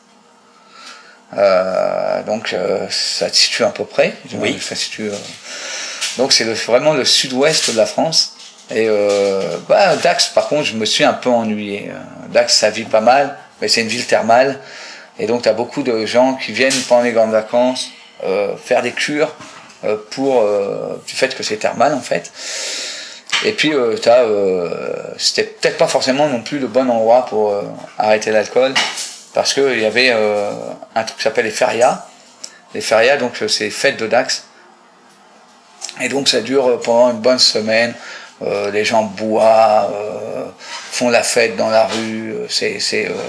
Speaker 2: Donc ça se situe à peu près.
Speaker 1: Oui.
Speaker 2: Ça situe, donc c'est vraiment le sud-ouest de la France. Et Dax, par contre, je me suis un peu ennuyé. Dax, ça vit pas mal, mais c'est une ville thermale. Et donc, tu as beaucoup de gens qui viennent pendant les grandes vacances faire des cures du fait que c'est thermal, en fait. Et puis, c'était peut-être pas forcément non plus le bon endroit pour arrêter l'alcool, parce qu'il y avait un truc qui s'appelle les férias. Les férias, donc, c'est les fêtes de Dax. Et donc, ça dure pendant une bonne semaine. Les gens boivent, font la fête dans la rue, c'est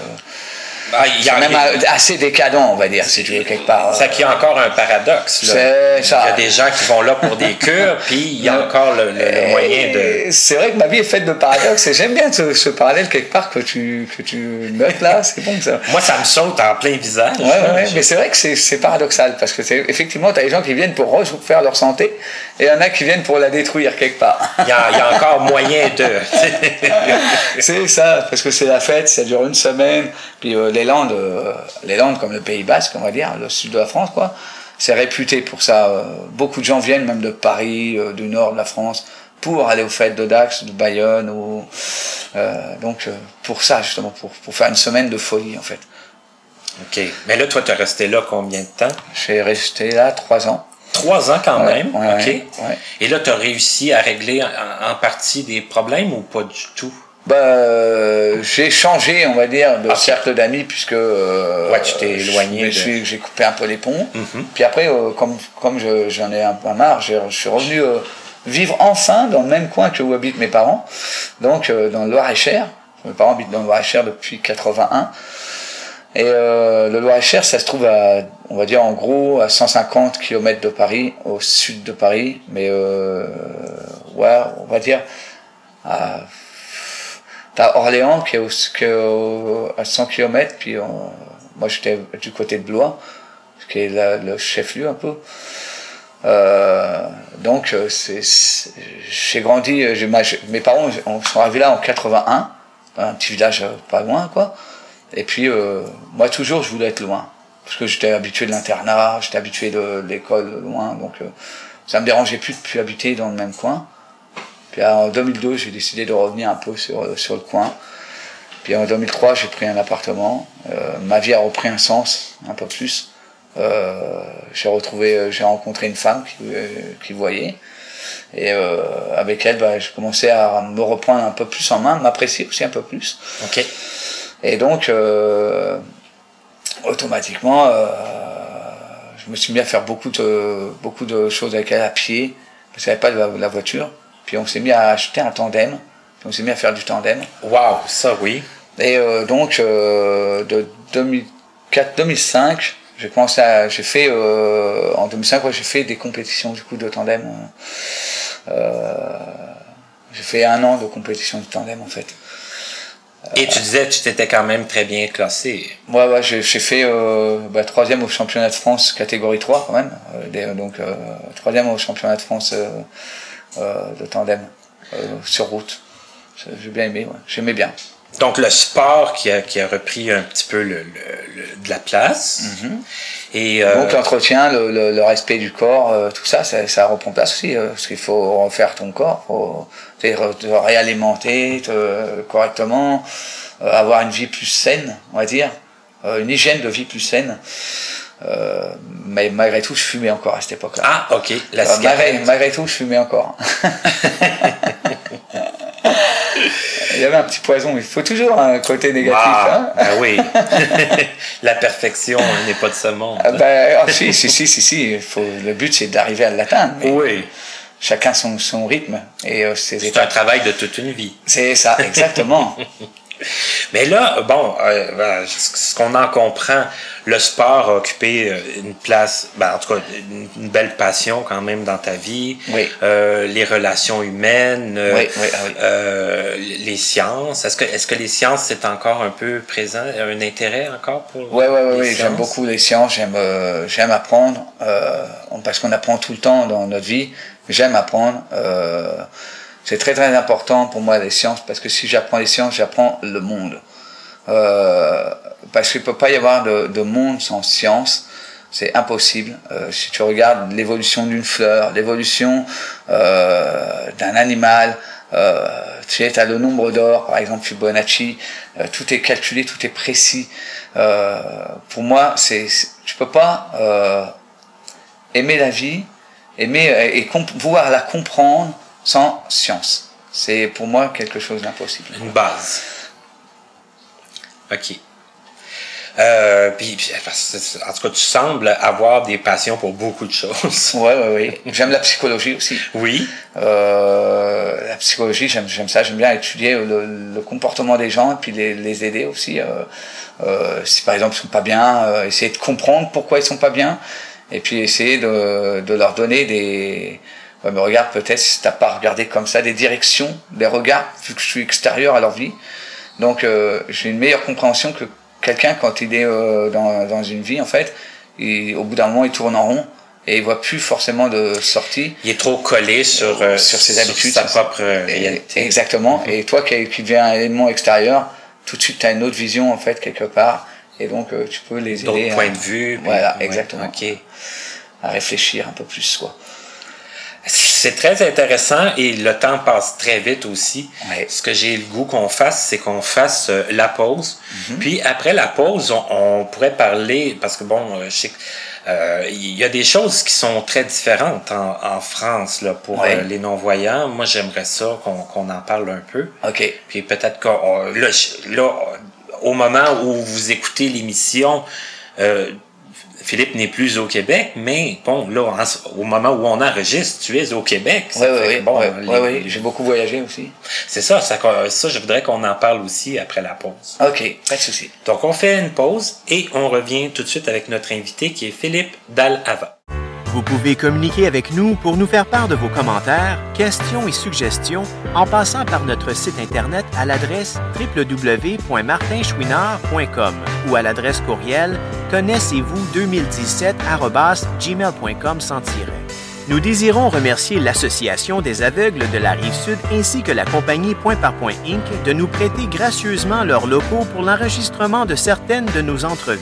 Speaker 2: même assez décadent, on va dire, si tu veux, quelque part.
Speaker 1: C'est qu'il y a encore un paradoxe. Là.
Speaker 2: C'est ça.
Speaker 1: Il y a des gens qui vont là pour des cures, puis il y a encore le moyen de...
Speaker 2: C'est vrai que ma vie est faite de paradoxes, et j'aime bien ce parallèle quelque part que tu notes là, c'est bon ça.
Speaker 1: Moi, ça me saute en plein visage.
Speaker 2: Ouais, mais c'est vrai que c'est paradoxal, parce que effectivement, tu as des gens qui viennent pour refaire leur santé, et il y en a qui viennent pour la détruire quelque part.
Speaker 1: Il y a encore moyen de...
Speaker 2: C'est ça, parce que c'est la fête, ça dure une semaine, puis les Landes comme le Pays Basque, on va dire, le sud de la France, quoi, c'est réputé pour ça. Beaucoup de gens viennent même de Paris, du nord de la France, pour aller aux fêtes de Dax, de Bayonne, donc pour ça justement, pour faire une semaine de folie en fait.
Speaker 1: Ok, mais là toi tu es resté là combien de temps?
Speaker 2: J'ai resté là 3 ans.
Speaker 1: 3 ans quand même,
Speaker 2: ouais,
Speaker 1: ok.
Speaker 2: Ouais.
Speaker 1: Et là tu as réussi à régler en partie des problèmes ou pas du tout?
Speaker 2: J'ai changé, on va dire, de cercle d'amis, puisque
Speaker 1: tu t'es éloigné.
Speaker 2: J'ai coupé un peu les ponts.
Speaker 1: Mm-hmm.
Speaker 2: Puis après, comme j'en ai un peu marre, je suis revenu vivre enfin dans le même coin que où habitent mes parents, donc dans le Loir-et-Cher. Mes parents habitent dans le Loir-et-Cher depuis 81. Et le Loir-et-Cher, ça se trouve on va dire en gros, à 150 km de Paris, au sud de Paris, mais on va dire t'as Orléans qui est à 100 km, puis moi j'étais du côté de Blois, qui est le chef-lieu un peu. Donc j'ai grandi, mes parents sont arrivés là en 81, dans un petit village pas loin, quoi. Et puis moi toujours je voulais être loin, parce que j'étais habitué de l'internat, j'étais habitué de l'école loin, donc ça me dérangeait plus de plus habiter dans le même coin. Puis en 2002, j'ai décidé de revenir un peu sur le coin. Puis en 2003, j'ai pris un appartement. Ma vie a repris un sens, un peu plus. J'ai rencontré une femme qui voyait. Et avec elle, j'ai commencé à me reprendre un peu plus en main, m'apprécier aussi un peu plus.
Speaker 1: Okay.
Speaker 2: Et donc, automatiquement, je me suis mis à faire beaucoup de choses avec elle à pied. Je n'avais pas de la voiture. Puis on s'est mis à acheter un tandem, puis on s'est mis à faire du tandem.
Speaker 1: Waouh, ça oui.
Speaker 2: Et donc de 2004-2005 J'ai fait en 2005, j'ai fait des compétitions du coup de tandem. J'ai fait 1 an de compétition de tandem en fait.
Speaker 1: Et tu disais que tu t'étais quand même très bien classé.
Speaker 2: Ouais, j'ai fait 3e au championnat de France catégorie 3 quand même. Donc 3e au championnat de France de tandem sur route. J'ai bien aimé, j'aimais bien.
Speaker 1: Donc le sport qui a repris un petit peu de la place. Et
Speaker 2: donc l'entretien, le respect du corps, tout ça, ça reprend place aussi, parce qu'il faut refaire ton corps, faut te réalimenter correctement, avoir une vie plus saine, on va dire, une hygiène de vie plus saine. Mais malgré tout, je fumais encore à cette époque-là.
Speaker 1: Ah, ok, la cigarette.
Speaker 2: Malgré tout, je fumais encore. Il y avait un petit poison, il faut toujours un côté négatif. Hein?
Speaker 1: Ah oui, la perfection n'est pas de ce monde.
Speaker 2: Si. Le but, c'est d'arriver à l'atteindre.
Speaker 1: Oui.
Speaker 2: Chacun son rythme. Et
Speaker 1: c'est un travail de toute une vie.
Speaker 2: C'est ça, exactement.
Speaker 1: Mais là, ce qu'on en comprend, le sport a occupé une place, en tout cas, une belle passion quand même dans ta vie.
Speaker 2: Oui.
Speaker 1: Les relations humaines,
Speaker 2: oui.
Speaker 1: Les sciences. Est-ce que les sciences, c'est encore un peu présent, un intérêt encore pour
Speaker 2: Oui. J'aime beaucoup les sciences, j'aime apprendre, parce qu'on apprend tout le temps dans notre vie. J'aime apprendre. C'est très très important pour moi les sciences, parce que si j'apprends les sciences, j'apprends le monde. Parce qu'il ne peut pas y avoir de monde sans science, c'est impossible. Si tu regardes l'évolution d'une fleur, l'évolution d'un animal, tu as le nombre d'or, par exemple Fibonacci, tout est calculé, tout est précis. Pour moi, tu peux pas aimer la vie, pouvoir la comprendre sans science. C'est pour moi quelque chose d'impossible.
Speaker 1: Une base. OK. Puis, en tout cas, tu sembles avoir des passions pour beaucoup de choses.
Speaker 2: Oui. J'aime la psychologie aussi.
Speaker 1: Oui.
Speaker 2: La psychologie, j'aime ça. J'aime bien étudier le comportement des gens et puis les aider aussi. Si par exemple ils sont pas bien, essayer de comprendre pourquoi ils sont pas bien et puis essayer de leur donner des... mais regarde, peut-être si t'as pas regardé comme ça, des directions, des regards, vu que je suis extérieur à leur vie. Donc j'ai une meilleure compréhension que quelqu'un quand il est dans une vie, en fait, au bout d'un moment il tourne en rond et il voit plus forcément de sortie.
Speaker 1: Il est trop collé sur
Speaker 2: ses habitudes,
Speaker 1: sa propre réalité.
Speaker 2: Exactement. Et toi qui deviens un élément extérieur, tout de suite tu as une autre vision en fait quelque part, et donc tu peux les aider.
Speaker 1: D'autres points de vue.
Speaker 2: Voilà, exactement.
Speaker 1: OK.
Speaker 2: À réfléchir un peu plus, quoi.
Speaker 1: C'est très intéressant et le temps passe très vite aussi.
Speaker 2: Ouais.
Speaker 1: Ce que j'ai le goût qu'on fasse, c'est qu'on fasse la pause. Puis après la pause, on pourrait parler, parce que je sais qu'il y a des choses qui sont très différentes en France là, pour les non-voyants. Moi, j'aimerais ça qu'on en parle un peu.
Speaker 2: OK.
Speaker 1: Puis peut-être que là, au moment où vous écoutez l'émission, Philippe n'est plus au Québec, mais là, au moment où on enregistre, tu es au Québec.
Speaker 2: Oui, j'ai beaucoup voyagé aussi.
Speaker 1: C'est ça, je voudrais qu'on en parle aussi après la pause.
Speaker 2: OK, pas de souci.
Speaker 1: Donc, on fait une pause et on revient tout de suite avec notre invité qui est Philippe Dal-Hava.
Speaker 3: Vous pouvez communiquer avec nous pour nous faire part de vos commentaires, questions et suggestions en passant par notre site Internet à l'adresse www.martinchouinard.com ou à l'adresse courriel connaissez-vous2017@gmail.com sans tiret. Nous désirons remercier l'Association des aveugles de la Rive-Sud ainsi que la compagnie Point par Point Inc. de nous prêter gracieusement leurs locaux pour l'enregistrement de certaines de nos entrevues.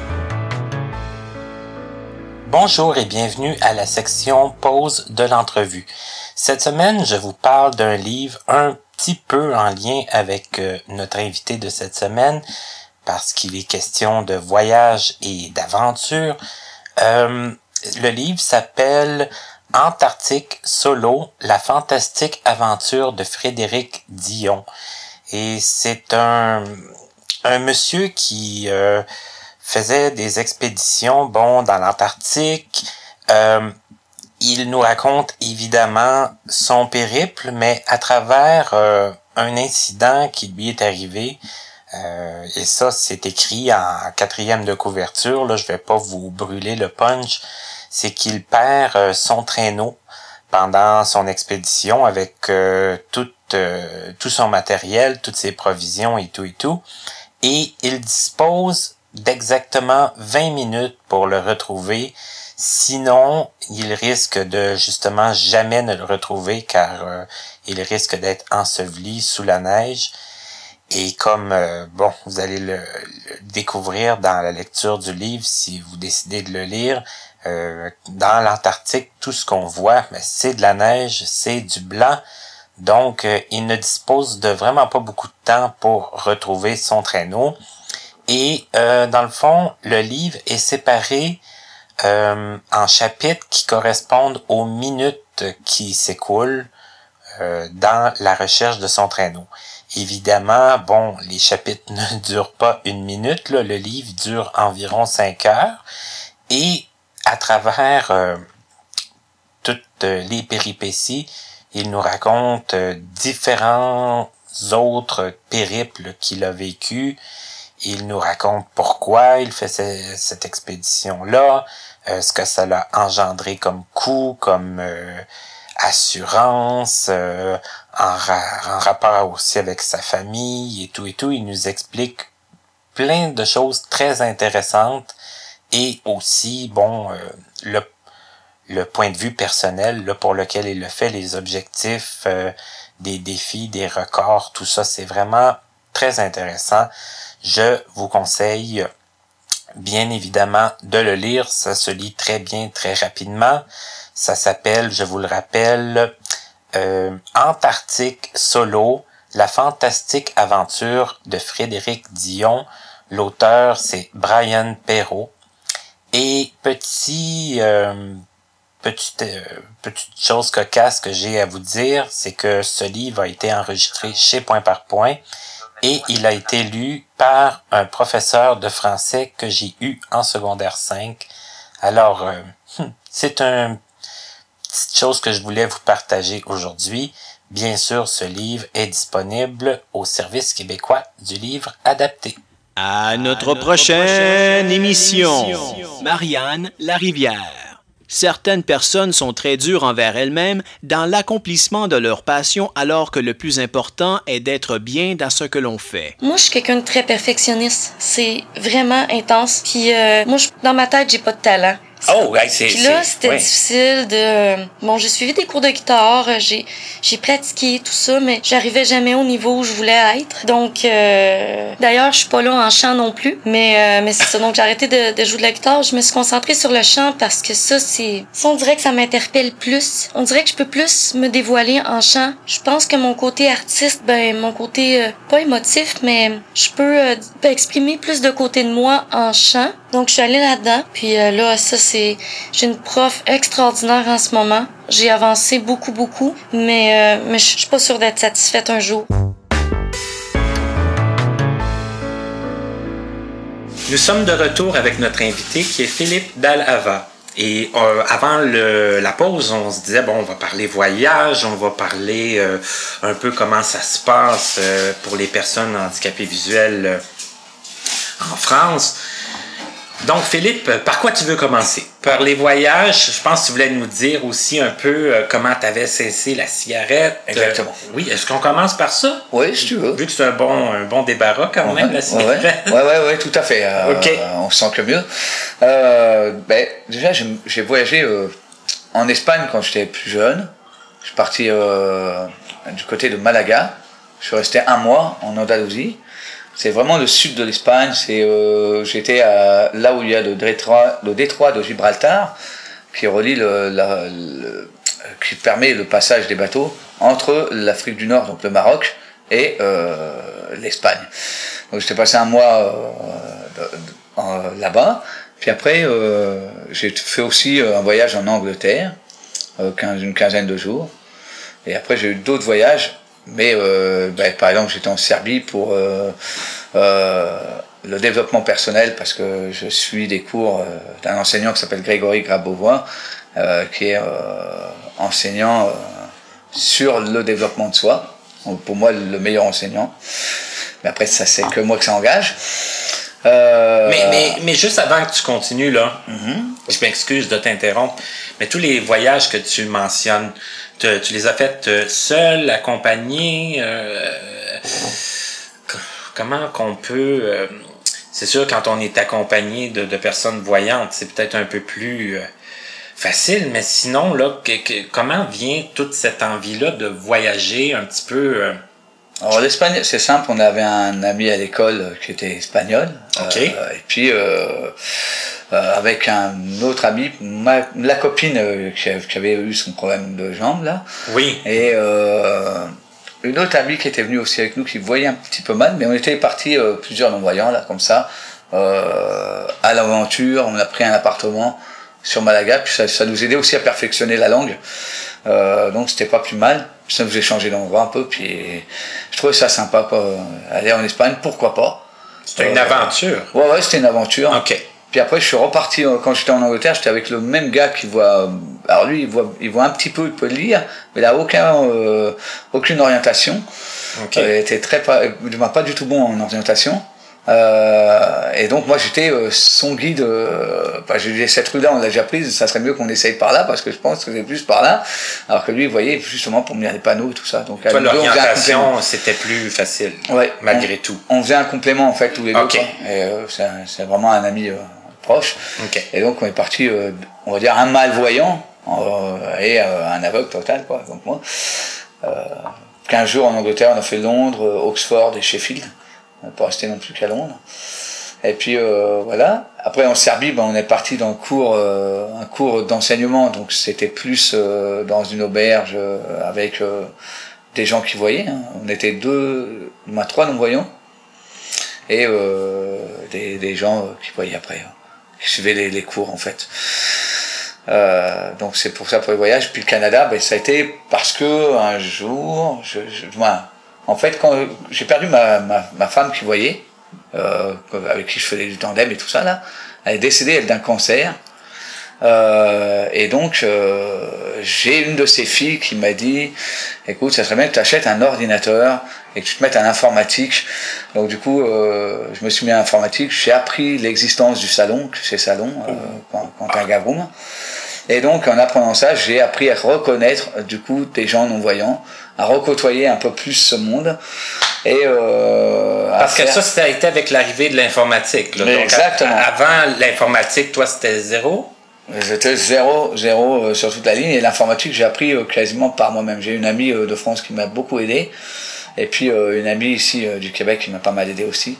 Speaker 1: Bonjour et bienvenue à la section pause de l'entrevue. Cette semaine, je vous parle d'un livre un petit peu en lien avec notre invité de cette semaine parce qu'il est question de voyage et d'aventure. Le livre s'appelle Antarctique Solo, la fantastique aventure de Frédéric Dion. Et c'est un monsieur qui faisait des expéditions dans l'Antarctique. Il nous raconte évidemment son périple, mais à travers un incident qui lui est arrivé Et ça, c'est écrit en 4e de couverture. Là, je vais pas vous brûler le punch. C'est qu'il perd son traîneau pendant son expédition avec tout son matériel, toutes ses provisions et tout. Et il dispose d'exactement 20 minutes pour le retrouver. Sinon, il risque de justement jamais ne le retrouver car il risque d'être enseveli sous la neige. Et comme, vous allez le découvrir dans la lecture du livre si vous décidez de le lire, dans l'Antarctique, tout ce qu'on voit, c'est de la neige, c'est du blanc. Donc, il ne dispose de vraiment pas beaucoup de temps pour retrouver son traîneau. Et dans le fond, le livre est séparé en chapitres qui correspondent aux minutes qui s'écoulent dans la recherche de son traîneau. Évidemment, les chapitres ne durent pas 1 minute, là, le livre dure environ 5 heures, et à travers toutes les péripéties, il nous raconte différents autres périples qu'il a vécu. Il nous raconte pourquoi il fait cette expédition-là, ce que ça l'a engendré comme coût, comme assurance, en rapport aussi avec sa famille et tout. Il nous explique plein de choses très intéressantes et aussi, le point de vue personnel là, pour lequel il le fait, les objectifs, des défis, des records, tout ça, c'est vraiment très intéressant. Je vous conseille bien évidemment de le lire. Ça se lit très bien, très rapidement. Ça s'appelle, je vous le rappelle, Antarctique Solo, la fantastique aventure de Frédéric Dion. L'auteur, c'est Brian Perrault. Et petite chose cocasse que j'ai à vous dire, c'est que ce livre a été enregistré chez Point par Point et il a été lu par un professeur de français que j'ai eu en secondaire 5. Alors, c'est une petite chose que je voulais vous partager aujourd'hui. Bien sûr, ce livre est disponible au Service québécois du livre adapté.
Speaker 3: À notre prochaine émission, Marianne Larivière. Certaines personnes sont très dures envers elles-mêmes dans l'accomplissement de leur passion alors que le plus important est d'être bien dans ce que l'on fait.
Speaker 4: Moi, je suis quelqu'un de très perfectionniste. C'est vraiment intense. Puis moi, dans ma tête, j'ai pas de talent. Puis là, c'était difficile de... j'ai suivi des cours de guitare, j'ai pratiqué tout ça, mais j'arrivais jamais au niveau où je voulais être. Donc, d'ailleurs, je suis pas là en chant non plus, mais c'est ça. Donc, j'ai arrêté de jouer de la guitare. Je me suis concentrée sur le chant parce que ça, on dirait que ça m'interpelle plus. On dirait que je peux plus me dévoiler en chant. Je pense que mon côté artiste, mon côté pas émotif, mais je peux exprimer plus de côté de moi en chant. Donc, je suis allée là-dedans. Puis là, j'ai une prof extraordinaire en ce moment. J'ai avancé beaucoup, mais je suis pas sûre d'être satisfaite un jour.
Speaker 1: Nous sommes de retour avec notre invité qui est Philippe Dal-Hava. Et avant la pause, on se disait, on va parler voyage, on va parler un peu comment ça se passe pour les personnes handicapées visuelles en France. Donc, Philippe, par quoi tu veux commencer? Par les voyages, je pense que tu voulais nous dire aussi un peu comment tu avais cessé la cigarette.
Speaker 2: Exactement.
Speaker 1: Oui, est-ce qu'on commence par ça?
Speaker 2: Oui, si tu veux.
Speaker 1: Vu que c'est un bon débarras quand même, la cigarette.
Speaker 2: Oui, tout à fait.
Speaker 1: Okay.
Speaker 2: On se sent que mieux. Déjà, j'ai voyagé en Espagne quand j'étais plus jeune. Je suis parti du côté de Malaga. Je suis resté 1 mois en Andalousie. C'est vraiment le sud de l'Espagne. J'étais là où il y a le détroit de Gibraltar, qui relie qui permet le passage des bateaux entre l'Afrique du Nord, donc le Maroc, et l'Espagne. Donc j'étais passé 1 mois là-bas. Puis après, j'ai fait aussi un voyage en Angleterre, une quinzaine de jours. Et après, j'ai eu d'autres voyages. Mais par exemple, j'étais en Serbie pour le développement personnel parce que je suis des cours d'un enseignant qui s'appelle Grégory Grabovoy, qui est enseignant sur le développement de soi. Donc, pour moi, le meilleur enseignant. Mais après, ça, c'est que moi que ça engage.
Speaker 1: Mais juste avant que tu continues, là, je m'excuse de t'interrompre, mais tous les voyages que tu mentionnes, tu les as faits seul, accompagné? Comment qu'on peut... c'est sûr, quand on est accompagné de personnes voyantes, c'est peut-être un peu plus facile, mais sinon, là, comment vient toute cette envie-là de voyager un petit peu...
Speaker 2: Alors l'Espagne, c'est simple, on avait un ami à l'école qui était espagnol, et puis avec un autre ami, la copine qui avait eu son problème de jambe là, et une autre amie qui était venue aussi avec nous, qui voyait un petit peu mal, mais on était partis plusieurs non-voyants là, comme ça, à l'aventure. On a pris un appartement sur Malaga, puis ça nous aidait aussi à perfectionner la langue, donc c'était pas plus mal. Ça nous faisait changer d'endroit un peu, puis je trouvais ça sympa, quoi. Aller en Espagne, pourquoi pas.
Speaker 1: C'était une aventure.
Speaker 2: Ouais, c'était une aventure.
Speaker 1: Ok.
Speaker 2: Puis après, je suis reparti, quand j'étais en Angleterre, j'étais avec le même gars qui voit, alors lui, il voit un petit peu, il peut lire, mais il n'a aucune orientation. Il était pas du tout bon en orientation. Et donc moi j'étais son guide, j'ai dit cette rue là on l'a déjà prise, ça serait mieux qu'on essaye par là parce que je pense que c'est plus par là, alors que lui il voyait justement pour me lire les panneaux et tout ça. Donc
Speaker 1: toi, l'orientation c'était plus facile, malgré tout.
Speaker 2: On faisait un complément en fait tous les deux, et c'est vraiment un ami proche, et donc on est parti, on va dire un malvoyant et un aveugle total, quoi, donc moi 15 jours en Angleterre, on a fait Londres, Oxford et Sheffield. On n'a pas resté non plus qu'à Londres. Et puis voilà. Après en Serbie, on est parti dans un cours d'enseignement, donc c'était plus dans une auberge avec des gens qui voyaient. On était 3 non-voyants et des gens qui voyaient après, qui suivaient les cours en fait. Donc c'est pour ça pour les voyages. Puis le Canada, ça a été parce que un jour, en fait, quand j'ai perdu ma femme qui voyait, avec qui je faisais du tandem et tout ça là, elle est décédée elle d'un cancer. Et donc j'ai une de ses filles qui m'a dit, écoute, ça serait bien que tu achètes un ordinateur et que tu te mettes à l'informatique. Donc du coup je me suis mis à l'informatique, j'ai appris l'existence du salon, chez Salon, Quentin Gavroum. Et donc en apprenant ça, j'ai appris à reconnaître du coup des gens non-voyants, à recôtoyer un peu plus ce monde. Et
Speaker 1: parce que ça a été avec l'arrivée de l'informatique. Là. Donc,
Speaker 2: exactement.
Speaker 1: Avant l'informatique, toi c'était zéro?
Speaker 2: J'étais zéro sur toute la ligne, et l'informatique j'ai appris quasiment par moi-même. J'ai une amie de France qui m'a beaucoup aidé, et puis une amie ici du Québec qui m'a pas mal aidé aussi.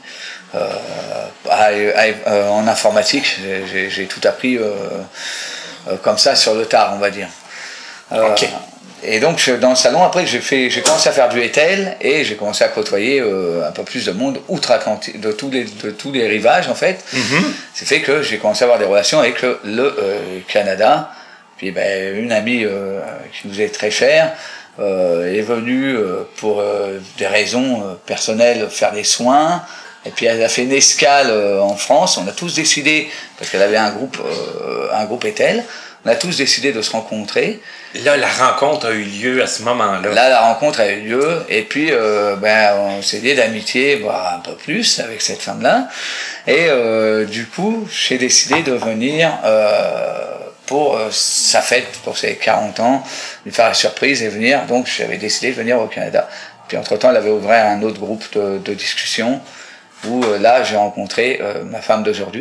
Speaker 2: En informatique, j'ai tout appris comme ça sur le tard, on va dire. Et donc dans le salon, après j'ai commencé à faire du ETL et j'ai commencé à côtoyer un peu plus de monde outre-Atlantique, de tous les rivages en fait. C'est fait que j'ai commencé à avoir des relations avec le Canada. Puis une amie qui nous est très chère est venue pour des raisons personnelles faire des soins. Et puis elle a fait une escale en France. On a tous décidé, parce qu'elle avait un groupe ETL, on a tous décidé de se rencontrer.
Speaker 1: Là, la rencontre a eu lieu à ce moment-là.
Speaker 2: Là, la rencontre a eu lieu, et puis on s'est lié d'amitié, voire un peu plus, avec cette femme-là. Et du coup, j'ai décidé de venir pour sa fête, pour ses 40 ans, lui faire la surprise et venir. Donc, j'avais décidé de venir au Canada. Puis, entre-temps, elle avait ouvert un autre groupe de discussion, où là, j'ai rencontré ma femme d'aujourd'hui.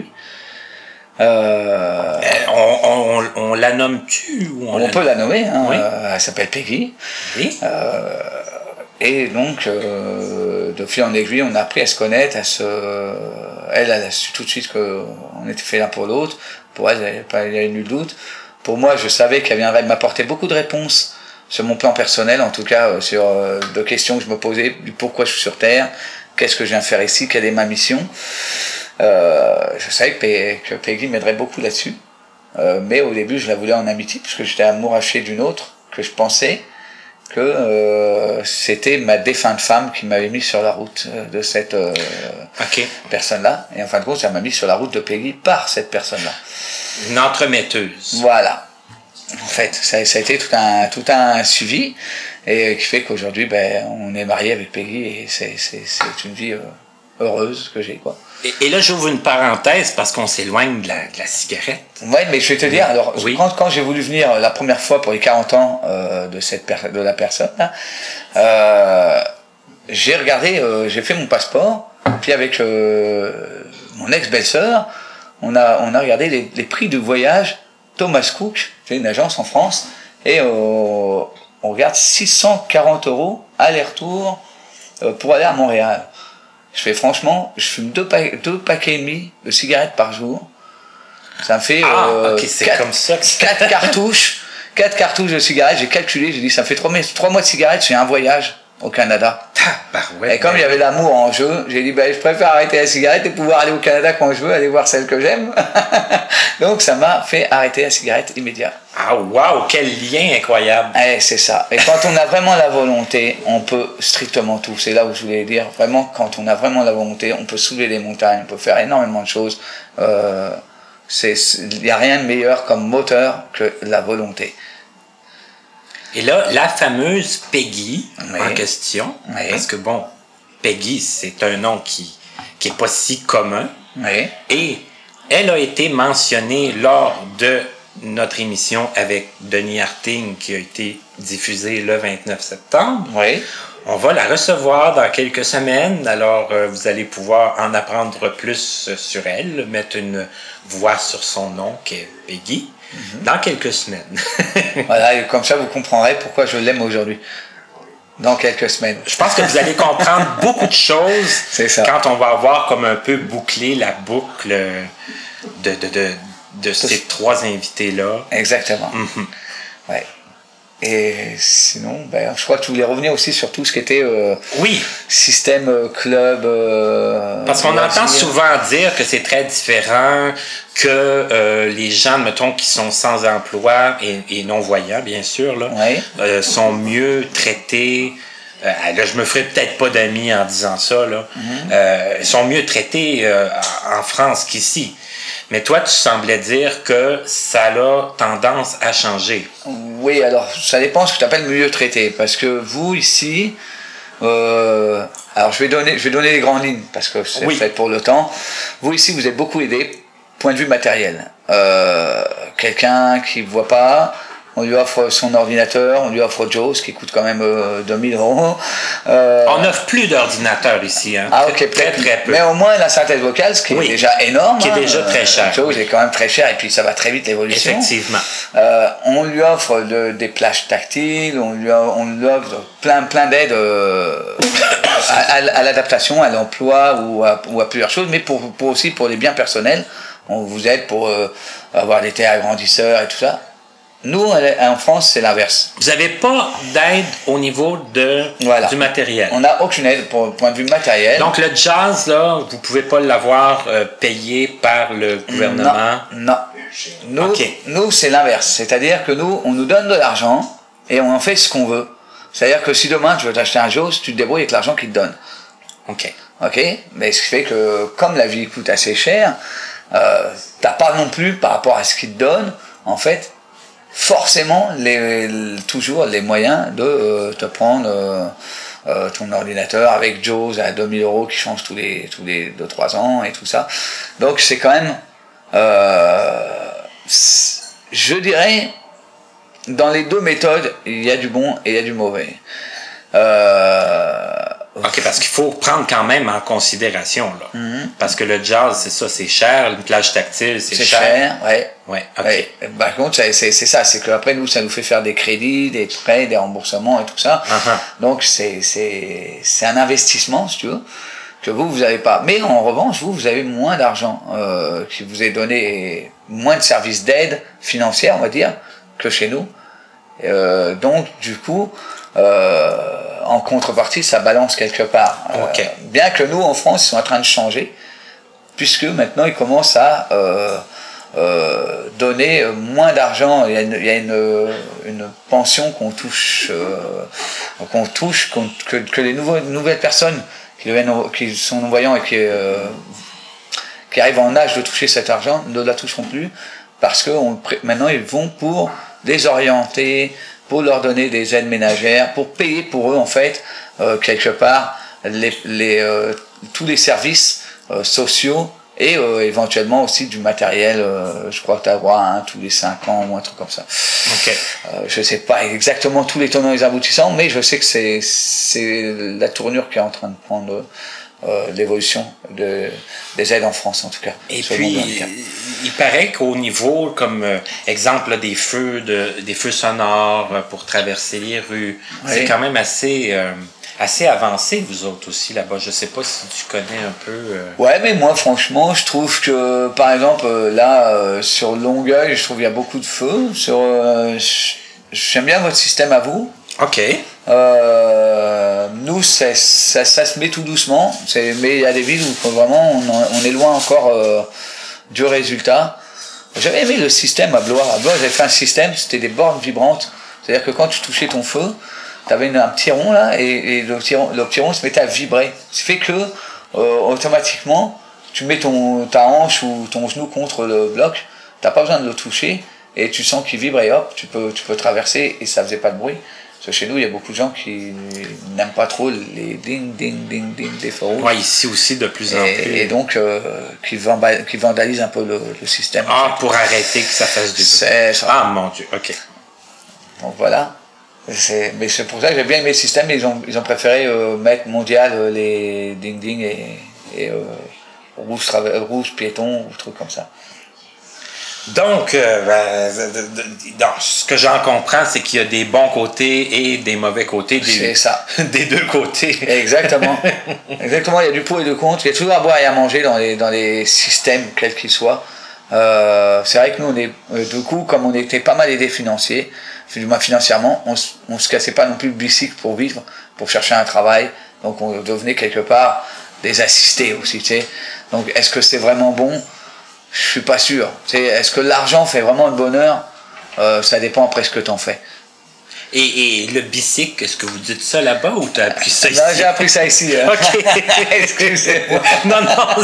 Speaker 1: On la nomme-tu ou
Speaker 2: on peut la nommer, hein. Elle s'appelle Peggy. Oui. Et donc, de fil en aiguille, on a appris à se connaître, elle a su tout de suite qu'on était fait l'un pour l'autre. Pour elle, il n'y avait nul doute. Pour moi, je savais qu'elle viendrait m'apporter beaucoup de réponses sur mon plan personnel, en tout cas, sur de questions que je me posais, du pourquoi je suis sur Terre, qu'est-ce que je viens faire ici, quelle est ma mission. Je savais que Peggy m'aiderait beaucoup là-dessus, mais au début je la voulais en amitié puisque j'étais amouraché d'une autre que je pensais que c'était ma défunte femme qui m'avait mis sur la route de cette personne-là, et en fin de compte ça m'a mis sur la route de Peggy par cette personne-là.
Speaker 1: Une entremetteuse.
Speaker 2: Voilà. En fait, ça a été tout un suivi. et qui fait qu'aujourd'hui, on est marié avec Peggy et c'est une vie heureuse que j'ai, quoi.
Speaker 1: Et là, j'ouvre une parenthèse parce qu'on s'éloigne de la cigarette.
Speaker 2: Ouais, mais je vais te dire, alors, quand j'ai voulu venir la première fois pour les 40 ans de la personne, là, j'ai regardé, j'ai fait mon passeport, puis avec mon ex-belle-sœur, on a regardé les prix du voyage Thomas Cook, c'est une agence en France, et on regarde 640 € aller-retour pour aller à Montréal. Je fais franchement, je fume 2 paquets et demi de cigarettes par jour. Ça me fait
Speaker 1: comme ça que
Speaker 2: 4 cartouches de cigarettes. J'ai calculé, j'ai dit ça me fait 3 mois de cigarettes, c'est un voyage au Canada. Et comme il y avait l'amour en jeu, j'ai dit je préfère arrêter la cigarette et pouvoir aller au Canada quand je veux, aller voir celle que j'aime. Donc ça m'a fait arrêter la cigarette immédiat.
Speaker 1: Ah waouh, quel lien incroyable.
Speaker 2: C'est ça. Et quand on a vraiment la volonté, on peut strictement tout. C'est là où je voulais dire, vraiment, quand on a vraiment la volonté, on peut soulever des montagnes, on peut faire énormément de choses. Il n'y a rien de meilleur comme moteur que la volonté.
Speaker 1: Et là, la fameuse Peggy en question, parce que Peggy, c'est un nom qui est pas si commun.
Speaker 2: Oui.
Speaker 1: Et elle a été mentionnée lors de notre émission avec Denis Harting qui a été diffusée le 29 septembre.
Speaker 2: Oui.
Speaker 1: On va la recevoir dans quelques semaines, alors vous allez pouvoir en apprendre plus sur elle, mettre une voix sur son nom qui est Peggy, dans quelques semaines.
Speaker 2: Voilà, et comme ça vous comprendrez pourquoi je l'aime aujourd'hui. Dans quelques semaines.
Speaker 1: Je pense que vous allez comprendre beaucoup de choses quand on va avoir comme un peu bouclé la boucle de ces 3 invités-là.
Speaker 2: Exactement. Ouais. Et sinon, je crois que tu voulais revenir aussi sur tout ce qui était système club.
Speaker 1: Parce qu'on entend souvent dire que c'est très différent, que les gens, mettons, qui sont sans emploi et non-voyants, bien sûr, là, sont mieux traités. Là, je me ferai peut-être pas d'amis en disant ça, là. Sont mieux traités en France qu'ici. Mais toi, tu semblais dire que ça a tendance à changer.
Speaker 2: Oui, alors, ça dépend de ce que tu appelles mieux traité. Parce que vous, ici, alors je vais donner les grandes lignes, parce que c'est fait pour le temps. Vous, ici, vous êtes beaucoup aidé, point de vue matériel. Quelqu'un qui ne voit pas, on lui offre son ordinateur, on lui offre Jaws, qui coûte quand même 2000 €.
Speaker 1: On n'offre plus d'ordinateur ici. Hein.
Speaker 2: Ok,
Speaker 1: très peu.
Speaker 2: Mais au moins la synthèse vocale, ce qui est déjà énorme.
Speaker 1: Qui est déjà très cher.
Speaker 2: Jaws est quand même très cher, et puis ça va très vite l'évolution.
Speaker 1: Effectivement.
Speaker 2: On lui offre des plages tactiles, on lui offre plein d'aides à l'adaptation, à l'emploi ou à plusieurs choses, mais aussi pour les biens personnels. On vous aide pour avoir des terres agrandisseurs et tout ça. Nous, en France, c'est l'inverse.
Speaker 1: Vous n'avez pas d'aide au niveau du matériel.
Speaker 2: On n'a aucune aide pour point de vue matériel.
Speaker 1: Donc, le jazz, là, vous ne pouvez pas l'avoir payé par le gouvernement?
Speaker 2: Non. Nous, c'est l'inverse. C'est-à-dire que nous, on nous donne de l'argent et on en fait ce qu'on veut. C'est-à-dire que si demain, tu veux t'acheter un Jaws, tu te débrouilles avec l'argent qu'ils te donnent.
Speaker 1: OK.
Speaker 2: Mais ce qui fait que, comme la vie coûte assez cher, t'as pas non plus, par rapport à ce qu'ils te donnent, en fait, forcément toujours les moyens de te prendre ton ordinateur avec Jaws à 2000 € qui change tous les 2-3 ans et tout ça. Donc c'est quand même, je dirais, dans les 2 méthodes, il y a du bon et il y a du mauvais.
Speaker 1: OK, parce qu'il faut prendre quand même en considération, là. Parce que le jazz, c'est ça, c'est cher. Une plage tactile, c'est cher.
Speaker 2: Ouais,
Speaker 1: OK.
Speaker 2: Ouais. Par contre, c'est ça, c'est qu'après, nous, ça nous fait faire des crédits, des prêts, des remboursements et tout ça. Donc, c'est un investissement, si tu veux, que vous n'avez pas. Mais en revanche, vous avez moins d'argent, qui vous est donné, moins de services d'aide financière, on va dire, que chez nous. Donc, du coup, en contrepartie, ça balance quelque part. Bien que nous, en France, ils sont en train de changer, puisque maintenant, ils commencent à donner moins d'argent. Il y a une pension qu'on touche, que les nouvelles personnes qui sont non-voyants et qui arrivent en âge de toucher cet argent ne la toucheront plus, parce que maintenant, ils vont pour les orienter pour leur donner des aides ménagères, pour payer pour eux en fait quelque part tous les services sociaux et éventuellement aussi du matériel. Je crois que tu as droit à tous les 5 ans ou un truc comme ça.
Speaker 1: Okay.
Speaker 2: Je sais pas exactement tous les tenants et les aboutissants, mais je sais que c'est la tournure qui est en train de prendre l'évolution des aides en France en tout cas.
Speaker 1: Et puis il paraît qu'au niveau comme exemple là, des feux sonores pour traverser les rues, c'est quand même assez avancé, vous autres aussi là-bas. Je sais pas si tu connais un peu.
Speaker 2: Ouais, mais moi franchement, je trouve que par exemple là sur Longueuil, je trouve qu'il y a beaucoup de feux. J'aime bien votre système à vous.
Speaker 1: Ok.
Speaker 2: Nous, ça se met tout doucement, mais il y a des villes où vraiment on est loin encore du résultat. J'avais aimé le système à Blois. À Blois, j'avais fait un système, c'était des bornes vibrantes. C'est-à-dire que quand tu touchais ton feu, tu avais un petit rond là, et le petit rond se mettait à vibrer. Ce qui fait que automatiquement, tu mets ta hanche ou ton genou contre le bloc, tu n'as pas besoin de le toucher, et tu sens qu'il vibre et hop, tu peux traverser, et ça faisait pas de bruit. Parce que chez nous, il y a beaucoup de gens qui n'aiment pas trop les ding, ding, ding, ding des feux rouges.
Speaker 1: Ouais, ici aussi de plus en plus.
Speaker 2: Et donc, qui vandalisent un peu le système.
Speaker 1: Ah, pour arrêter que ça fasse du bruit.
Speaker 2: C'est ça.
Speaker 1: Ah, mon Dieu, ok.
Speaker 2: Donc voilà. Mais c'est pour ça que j'ai bien aimé le système. Ils ont préféré mettre mondial les ding ding et rouge piéton ou trucs comme ça.
Speaker 1: Donc, ce que j'en comprends, c'est qu'il y a des bons côtés et des mauvais côtés.
Speaker 2: C'est ça.
Speaker 1: Des deux côtés.
Speaker 2: Exactement. Exactement, il y a du pour et du contre. Il y a toujours à boire et à manger dans les systèmes, quels qu'ils soient. C'est vrai que nous, du coup, comme on était pas mal aidés financièrement, on se cassait pas non plus le bicycle pour vivre, pour chercher un travail. Donc, on devenait quelque part des assistés aussi, tu sais. Donc, est-ce que c'est vraiment bon ? Je suis pas sûr. Est-ce que l'argent fait vraiment le bonheur ? Ça dépend après ce que t'en fais.
Speaker 1: Et le bicycle, est-ce que vous dites ça là-bas ou tu as appris ça ici?
Speaker 2: Non, j'ai appris ça ici. Hein.
Speaker 1: Ok. Excusez-moi. Non.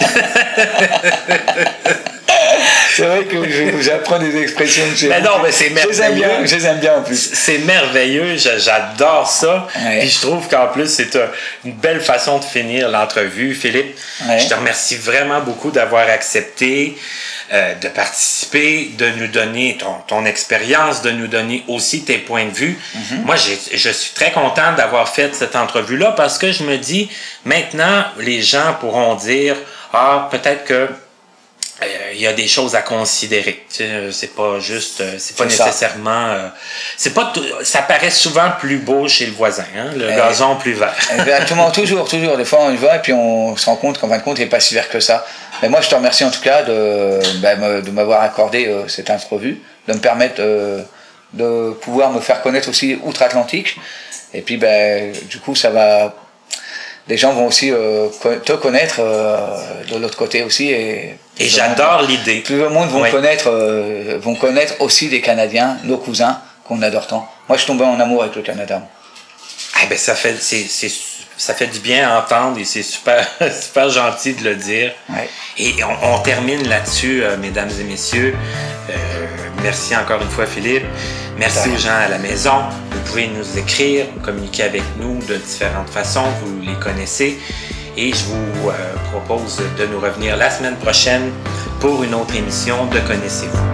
Speaker 2: C'est vrai que j'apprends des expressions de chez vous.
Speaker 1: Mais non, mais c'est merveilleux.
Speaker 2: Je les aime bien en plus.
Speaker 1: C'est merveilleux, j'adore ça.
Speaker 2: Ouais.
Speaker 1: Puis je trouve qu'en plus, c'est une belle façon de finir l'entrevue. Philippe, je te remercie vraiment beaucoup d'avoir accepté de participer, de nous donner ton expérience, de nous donner aussi tes points de vue. Mm-hmm. Moi, je suis très content d'avoir fait cette entrevue-là parce que je me dis, maintenant, les gens pourront dire, peut-être que il y a des choses à considérer. C'est pas juste, c'est pas nécessairement, ça paraît souvent plus beau chez le voisin, hein, le gazon plus vert.
Speaker 2: Exactement, toujours. Des fois, on y va et puis on se rend compte qu'en fin de compte, il n'est pas si vert que ça. Mais moi, je te remercie en tout cas de m'avoir accordé cette entrevue, de me permettre de pouvoir me faire connaître aussi outre-Atlantique. Et puis, du coup, ça va. Les gens vont aussi te connaître de l'autre côté aussi. Et
Speaker 1: j'adore l'idée.
Speaker 2: Tout le monde vont connaître aussi des Canadiens, nos cousins, qu'on adore tant. Moi, je suis tombé en amour avec le Canada.
Speaker 1: Ça fait du bien à entendre et c'est super, super gentil de le dire.
Speaker 2: Ouais.
Speaker 1: Et on termine là-dessus, mesdames et messieurs. Merci encore une fois, Philippe. Merci aux gens à la maison. Vous pouvez nous écrire, communiquer avec nous de différentes façons. Vous les connaissez. Et je vous propose de nous revenir la semaine prochaine pour une autre émission de Connaissez-vous.